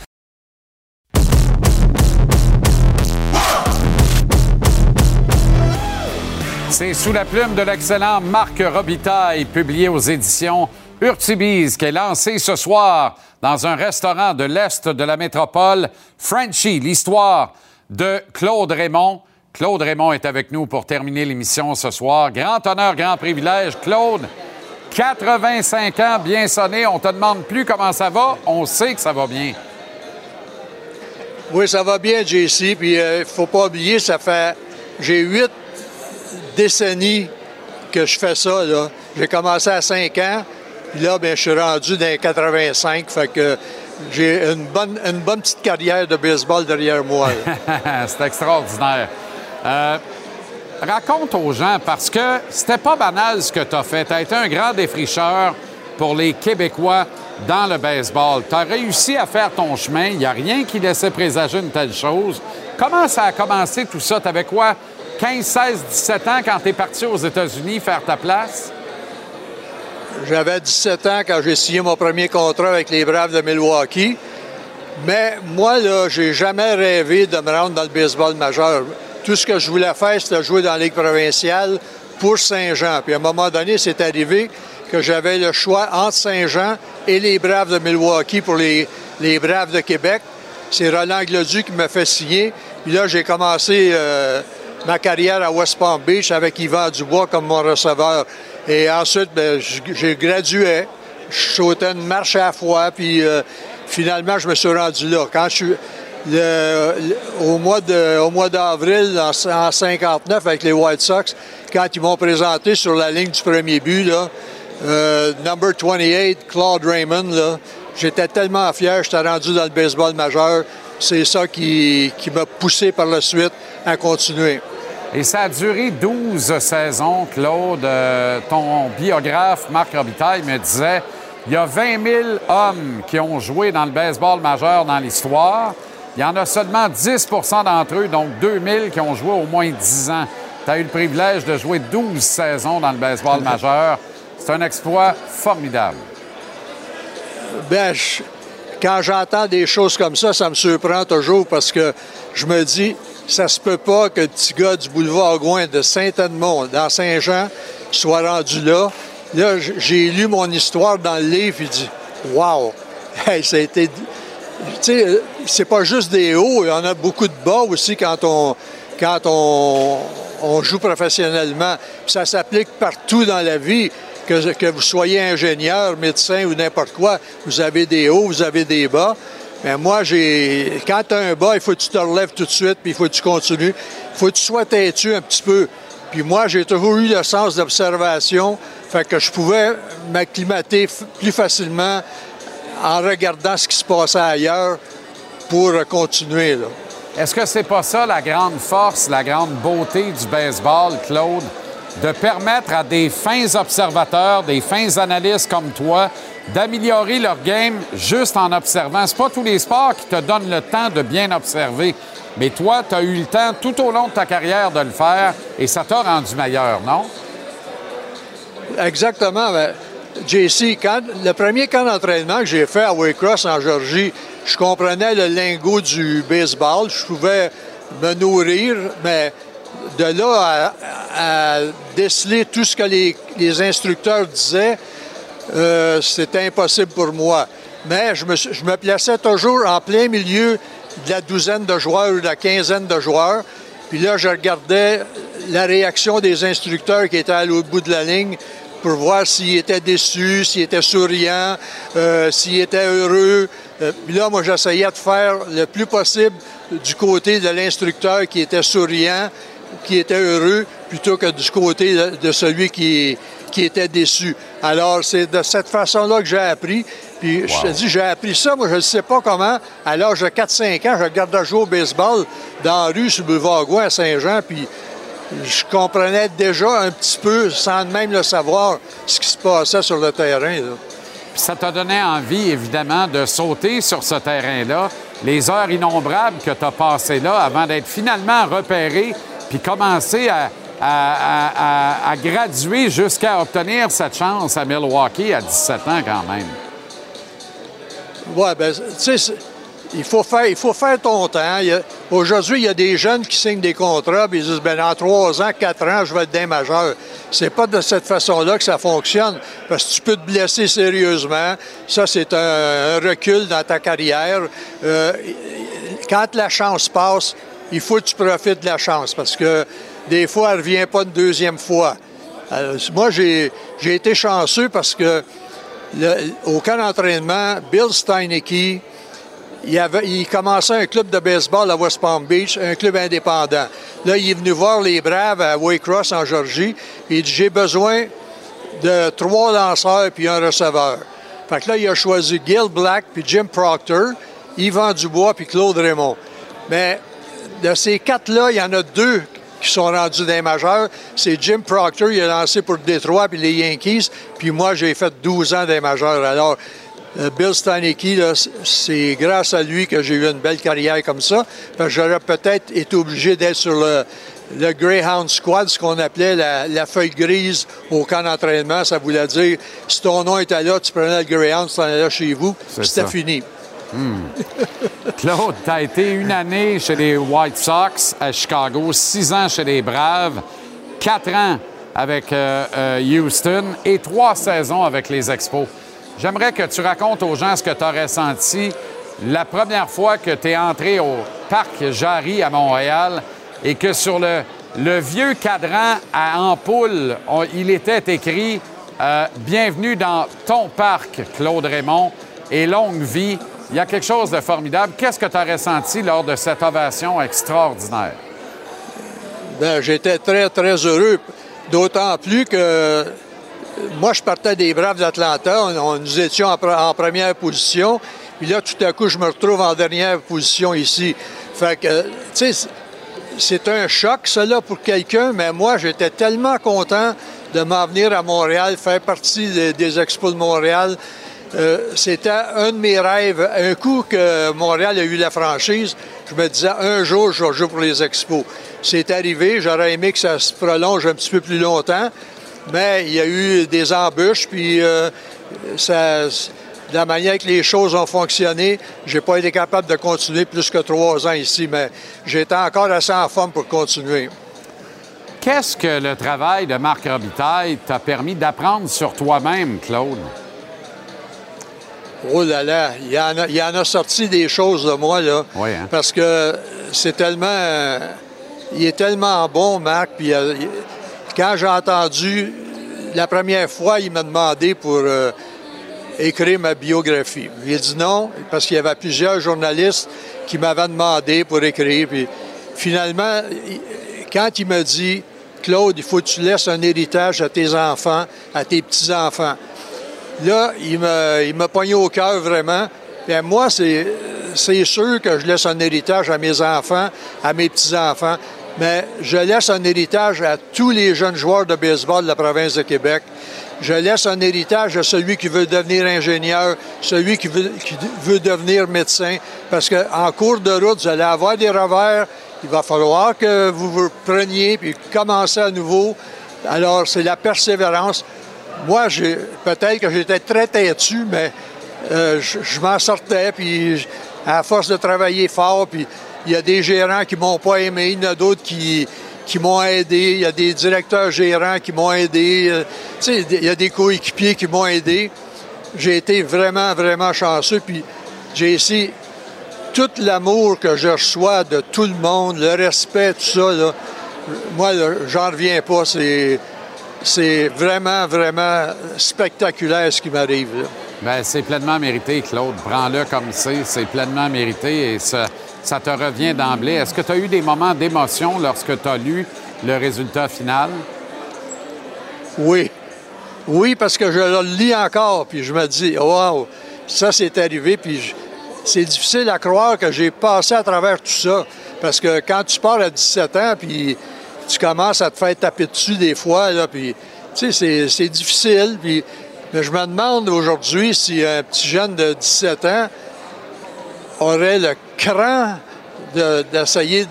C'est Sous la plume de l'excellent Marc Robitaille, publié aux éditions Urtubise, qui est lancé ce soir dans un restaurant de l'Est de la métropole. Frenchie, l'histoire de Claude Raymond. Claude Raymond est avec nous pour terminer l'émission ce soir. Grand honneur, grand privilège. Claude, 85 ans, bien sonné. On te demande plus comment ça va. On sait que ça va bien. Oui, ça va bien, JC. Puis il faut pas oublier, j'ai 8 décennies que je fais ça, là. J'ai commencé à 5 ans. Puis là, je suis rendu dans les 85. Fait que j'ai une bonne petite carrière de baseball derrière moi. C'est extraordinaire. Raconte aux gens, parce que c'était pas banal ce que tu as fait. Tu as été un grand défricheur pour les Québécois dans le baseball. Tu as réussi à faire ton chemin. Il n'y a rien qui laissait présager une telle chose. Comment ça a commencé tout ça? Tu avais quoi? 15, 16, 17 ans quand tu es parti aux États-Unis faire ta place? J'avais 17 ans quand j'ai signé mon premier contrat avec les Braves de Milwaukee. Mais moi, là, j'ai jamais rêvé de me rendre dans le baseball majeur. Tout ce que je voulais faire, c'était jouer dans la Ligue provinciale pour Saint-Jean. Puis à un moment donné, c'est arrivé que j'avais le choix entre Saint-Jean et les Braves de Milwaukee pour les Braves de Québec. C'est Roland Glodu qui m'a fait signer. Puis là, j'ai commencé ma carrière à West Palm Beach avec Yvan Dubois comme mon receveur. Et ensuite, j'ai gradué. Je sautais une marche à la fois, puis finalement, je me suis rendu là. Quand je suis au mois d'avril, en 59, avec les White Sox, quand ils m'ont présenté sur la ligne du premier but, là, number 28, Claude Raymond, là, j'étais tellement fier, j'étais rendu dans le baseball majeur. C'est ça qui m'a poussé par la suite à continuer. Et ça a duré 12 saisons, Claude. Ton biographe, Marc Robitaille, me disait il y a 20 000 hommes qui ont joué dans le baseball majeur dans l'histoire. Il y en a seulement 10 d'entre eux, donc 2 000 qui ont joué au moins 10 ans. Tu as eu le privilège de jouer 12 saisons dans le baseball majeur. C'est un exploit formidable. Quand j'entends des choses comme ça me surprend toujours parce que je me dis, ça se peut pas que le petit gars du boulevard Gouin de Saint-Edmond, dans Saint-Jean, soit rendu là. Là, j'ai lu mon histoire dans le livre et dit « Wow! Hey, ça a été... » Tu sais, c'est pas juste des hauts, il y en a beaucoup de bas aussi quand on joue professionnellement. Puis ça s'applique partout dans la vie. Que vous soyez ingénieur, médecin ou n'importe quoi, vous avez des hauts, vous avez des bas. Mais moi, quand tu as un bas, il faut que tu te relèves tout de suite, puis il faut que tu continues. Il faut que tu sois têtu un petit peu. Puis moi, j'ai toujours eu le sens d'observation, fait que je pouvais m'acclimater plus facilement en regardant ce qui se passait ailleurs pour continuer, là. Est-ce que c'est pas ça la grande force, la grande beauté du baseball, Claude? De permettre à des fins observateurs, des fins analystes comme toi, d'améliorer leur game juste en observant. C'est pas tous les sports qui te donnent le temps de bien observer. Mais toi, tu as eu le temps tout au long de ta carrière de le faire et ça t'a rendu meilleur, non? Exactement. JC, le premier camp d'entraînement que j'ai fait à Waycross en Georgie, je comprenais le lingot du baseball. Je pouvais me nourrir, mais de là à déceler tout ce que les instructeurs disaient, c'était impossible pour moi. Mais je me plaçais toujours en plein milieu de la douzaine de joueurs ou de la quinzaine de joueurs. Puis là, je regardais la réaction des instructeurs qui étaient à l'autre bout de la ligne pour voir s'ils étaient déçus, s'ils étaient souriants, s'ils étaient heureux. Puis là, moi, j'essayais de faire le plus possible du côté de l'instructeur qui était souriant, qui était heureux, plutôt que du côté de celui qui était déçu. Alors, c'est de cette façon-là que j'ai appris. Puis, je te dis, j'ai appris ça, moi, je ne sais pas comment. À l'âge de 4-5 ans, je regardais jouer au baseball dans la rue sur le boulevard Gouin à Saint-Jean, puis je comprenais déjà un petit peu, sans même le savoir, ce qui se passait sur le terrain, là. Puis ça t'a donné envie, évidemment, de sauter sur ce terrain-là, les heures innombrables que tu as passées là avant d'être finalement repéré, puis commencer à graduer jusqu'à obtenir cette chance à Milwaukee à 17 ans quand même. Oui, bien, tu sais, il faut faire ton temps. Aujourd'hui, il y a des jeunes qui signent des contrats et ils disent, bien, dans 3 ans, 4 ans, je vais être d'un majeur. C'est pas de cette façon-là que ça fonctionne, parce que tu peux te blesser sérieusement. Ça, c'est un recul dans ta carrière. Quand la chance passe, il faut que tu profites de la chance, parce que des fois, elle ne revient pas une deuxième fois. Moi, j'ai été chanceux parce que au camp d'entraînement, Bill Steinecke, il commençait un club de baseball à West Palm Beach, un club indépendant. Là, il est venu voir les Braves à Waycross, en Georgie. Il dit, j'ai besoin de 3 lanceurs puis un receveur. Fait que là, il a choisi Gil Black puis Jim Proctor, Yvan Dubois puis Claude Raymond. Mais de ces 4-là, il y en a 2 qui sont rendus des majeurs. C'est Jim Proctor, il a lancé pour Détroit puis les Yankees, puis moi, j'ai fait 12 ans des majeurs. Alors, Bill Steinecke, là, c'est grâce à lui que j'ai eu une belle carrière comme ça, parce que j'aurais peut-être été obligé d'être sur le Greyhound Squad, ce qu'on appelait la feuille grise au camp d'entraînement. Ça voulait dire, si ton nom était là, tu prenais le Greyhound, tu t'en allais chez vous, c'était fini. Claude, tu as été 1 année chez les White Sox à Chicago, 6 ans chez les Braves, 4 ans avec Houston et 3 saisons avec les Expos. J'aimerais que tu racontes aux gens ce que tu as ressenti la première fois que tu es entré au Parc Jarry à Montréal et que sur le vieux cadran à ampoule, il était écrit « Bienvenue dans ton parc, Claude Raymond, et longue vie ». Il y a quelque chose de formidable. Qu'est-ce que tu as ressenti lors de cette ovation extraordinaire? Bien, j'étais très, très heureux. D'autant plus que moi, je partais des Braves d'Atlanta. Nous étions en première position. Puis là, tout à coup, je me retrouve en dernière position ici. Fait que, tu sais, c'est un choc, cela, pour quelqu'un. Mais moi, j'étais tellement content de m'en venir à Montréal, faire partie des Expos de Montréal. C'était un de mes rêves. Un coup que Montréal a eu la franchise, je me disais, un jour, je vais jouer pour les Expos. C'est arrivé. J'aurais aimé que ça se prolonge un petit peu plus longtemps. Mais il y a eu des embûches, puis de la manière que les choses ont fonctionné, j'ai pas été capable de continuer plus que 3 ans ici, mais j'étais encore assez en forme pour continuer. Qu'est-ce que le travail de Marc Robitaille t'a permis d'apprendre sur toi-même, Claude? Oh là là, il en a sorti des choses de moi, là. Oui, hein? Parce que c'est tellement... il est tellement bon, Marc, puis quand j'ai entendu, la première fois, il m'a demandé pour écrire ma biographie. J'ai dit non, parce qu'il y avait plusieurs journalistes qui m'avaient demandé pour écrire. Puis finalement, quand il m'a dit, Claude, il faut que tu laisses un héritage à tes enfants, à tes petits-enfants. Là, il m'a pogné au cœur vraiment. Bien, moi, c'est sûr que je laisse un héritage à mes enfants, à mes petits-enfants, mais je laisse un héritage à tous les jeunes joueurs de baseball de la province de Québec. Je laisse un héritage à celui qui veut devenir ingénieur, celui qui veut devenir médecin, parce qu'en cours de route, vous allez avoir des revers. Il va falloir que vous vous preniez puis commencez à nouveau. Alors, c'est la persévérance. Moi, peut-être que j'étais très têtu, mais je m'en sortais, puis à force de travailler fort, puis il y a des gérants qui m'ont pas aimé, il y en a d'autres qui m'ont aidé, il y a des directeurs gérants qui m'ont aidé, tu sais, il y a des coéquipiers qui m'ont aidé. J'ai été vraiment, vraiment chanceux, puis j'ai essayé tout l'amour que je reçois de tout le monde, le respect, tout ça, là, moi, là, j'en reviens pas. C'est vraiment, vraiment spectaculaire ce qui m'arrive. Bien, c'est pleinement mérité, Claude. Prends-le comme c'est pleinement mérité et ça te revient d'emblée. Est-ce que tu as eu des moments d'émotion lorsque tu as lu le résultat final? Oui. Oui, parce que je le lis encore, puis je me dis, wow, ça c'est arrivé, puis c'est difficile à croire que j'ai passé à travers tout ça. Parce que quand tu pars à 17 ans, puis tu commences à te faire taper dessus des fois, là, puis tu sais, c'est difficile. Puis, mais je me demande aujourd'hui si un petit jeune de 17 ans aurait le cran d'essayer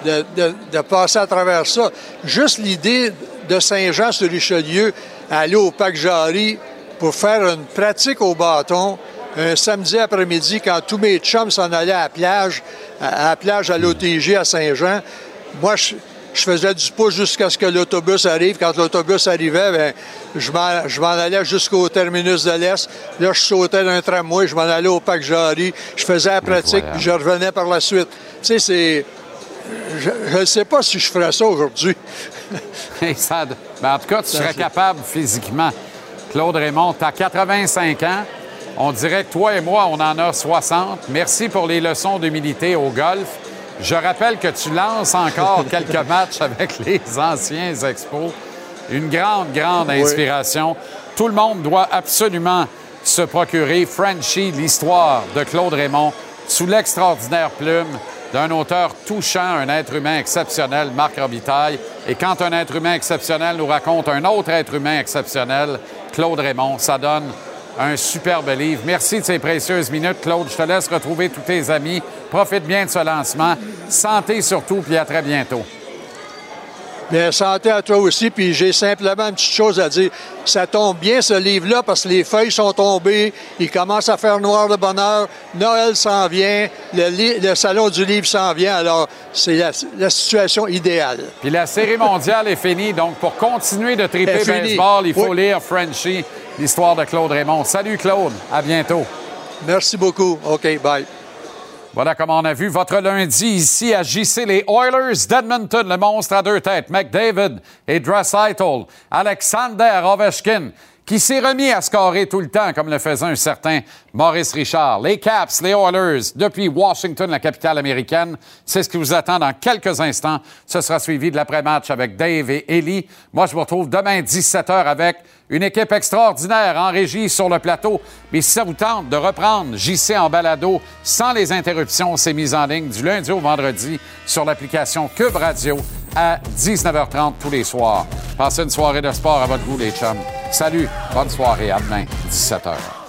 de passer à travers ça. Juste l'idée de Saint-Jean-sur-Richelieu, aller au Parc Jarry pour faire une pratique au bâton, un samedi après-midi, quand tous mes chums s'en allaient à la plage à l'OTG à Saint-Jean, moi, je faisais du pouce jusqu'à ce que l'autobus arrive. Quand l'autobus arrivait, bien, je m'en allais jusqu'au terminus de l'Est. Là, je sautais d'un tramway, je m'en allais au Parc Jarry, je faisais la pratique, puis je revenais par la suite. Tu sais, je ne sais pas si je ferais ça aujourd'hui. Ben, en tout cas, tu serais capable physiquement. Claude Raymond, tu as 85 ans. On dirait que toi et moi, on en a 60. Merci pour les leçons d'humilité au golf. Je rappelle que tu lances encore quelques matchs avec les anciens Expos. Une grande, grande inspiration. Oui. Tout le monde doit absolument se procurer Frenchie, l'histoire de Claude Raymond, sous l'extraordinaire plume d'un auteur touchant, un être humain exceptionnel, Marc Robitaille. Et quand un être humain exceptionnel nous raconte un autre être humain exceptionnel, Claude Raymond, ça donne un superbe livre. Merci de ces précieuses minutes, Claude. Je te laisse retrouver tous tes amis. Profite bien de ce lancement. Santé surtout, puis à très bientôt. Bien, santé à toi aussi, puis j'ai simplement une petite chose à dire. Ça tombe bien, ce livre-là, parce que les feuilles sont tombées, il commence à faire noir de bonne heure, Noël s'en vient, le salon du livre s'en vient, alors c'est la situation idéale. Puis la série mondiale est finie, donc pour continuer de triper baseball, il faut lire Frenchie, l'histoire de Claude Raymond. Salut Claude, à bientôt. Merci beaucoup. OK, bye. Voilà comment on a vu votre lundi ici à JC. Les Oilers d'Edmonton, le monstre à deux têtes, McDavid et Draisaitl, Alexander Ovechkin, qui s'est remis à scorer tout le temps, comme le faisait un certain Maurice Richard. Les Caps, les Oilers, depuis Washington, la capitale américaine. C'est ce qui vous attend dans quelques instants. Ce sera suivi de l'après-match avec Dave et Ellie. Moi, je vous retrouve demain 17h avec une équipe extraordinaire en régie sur le plateau. Mais si ça vous tente de reprendre JC en balado sans les interruptions, c'est mis en ligne du lundi au vendredi sur l'application Cube Radio à 19h30 tous les soirs. Passez une soirée de sport à votre goût, les chums. Salut, bonne soirée, à demain, 17h.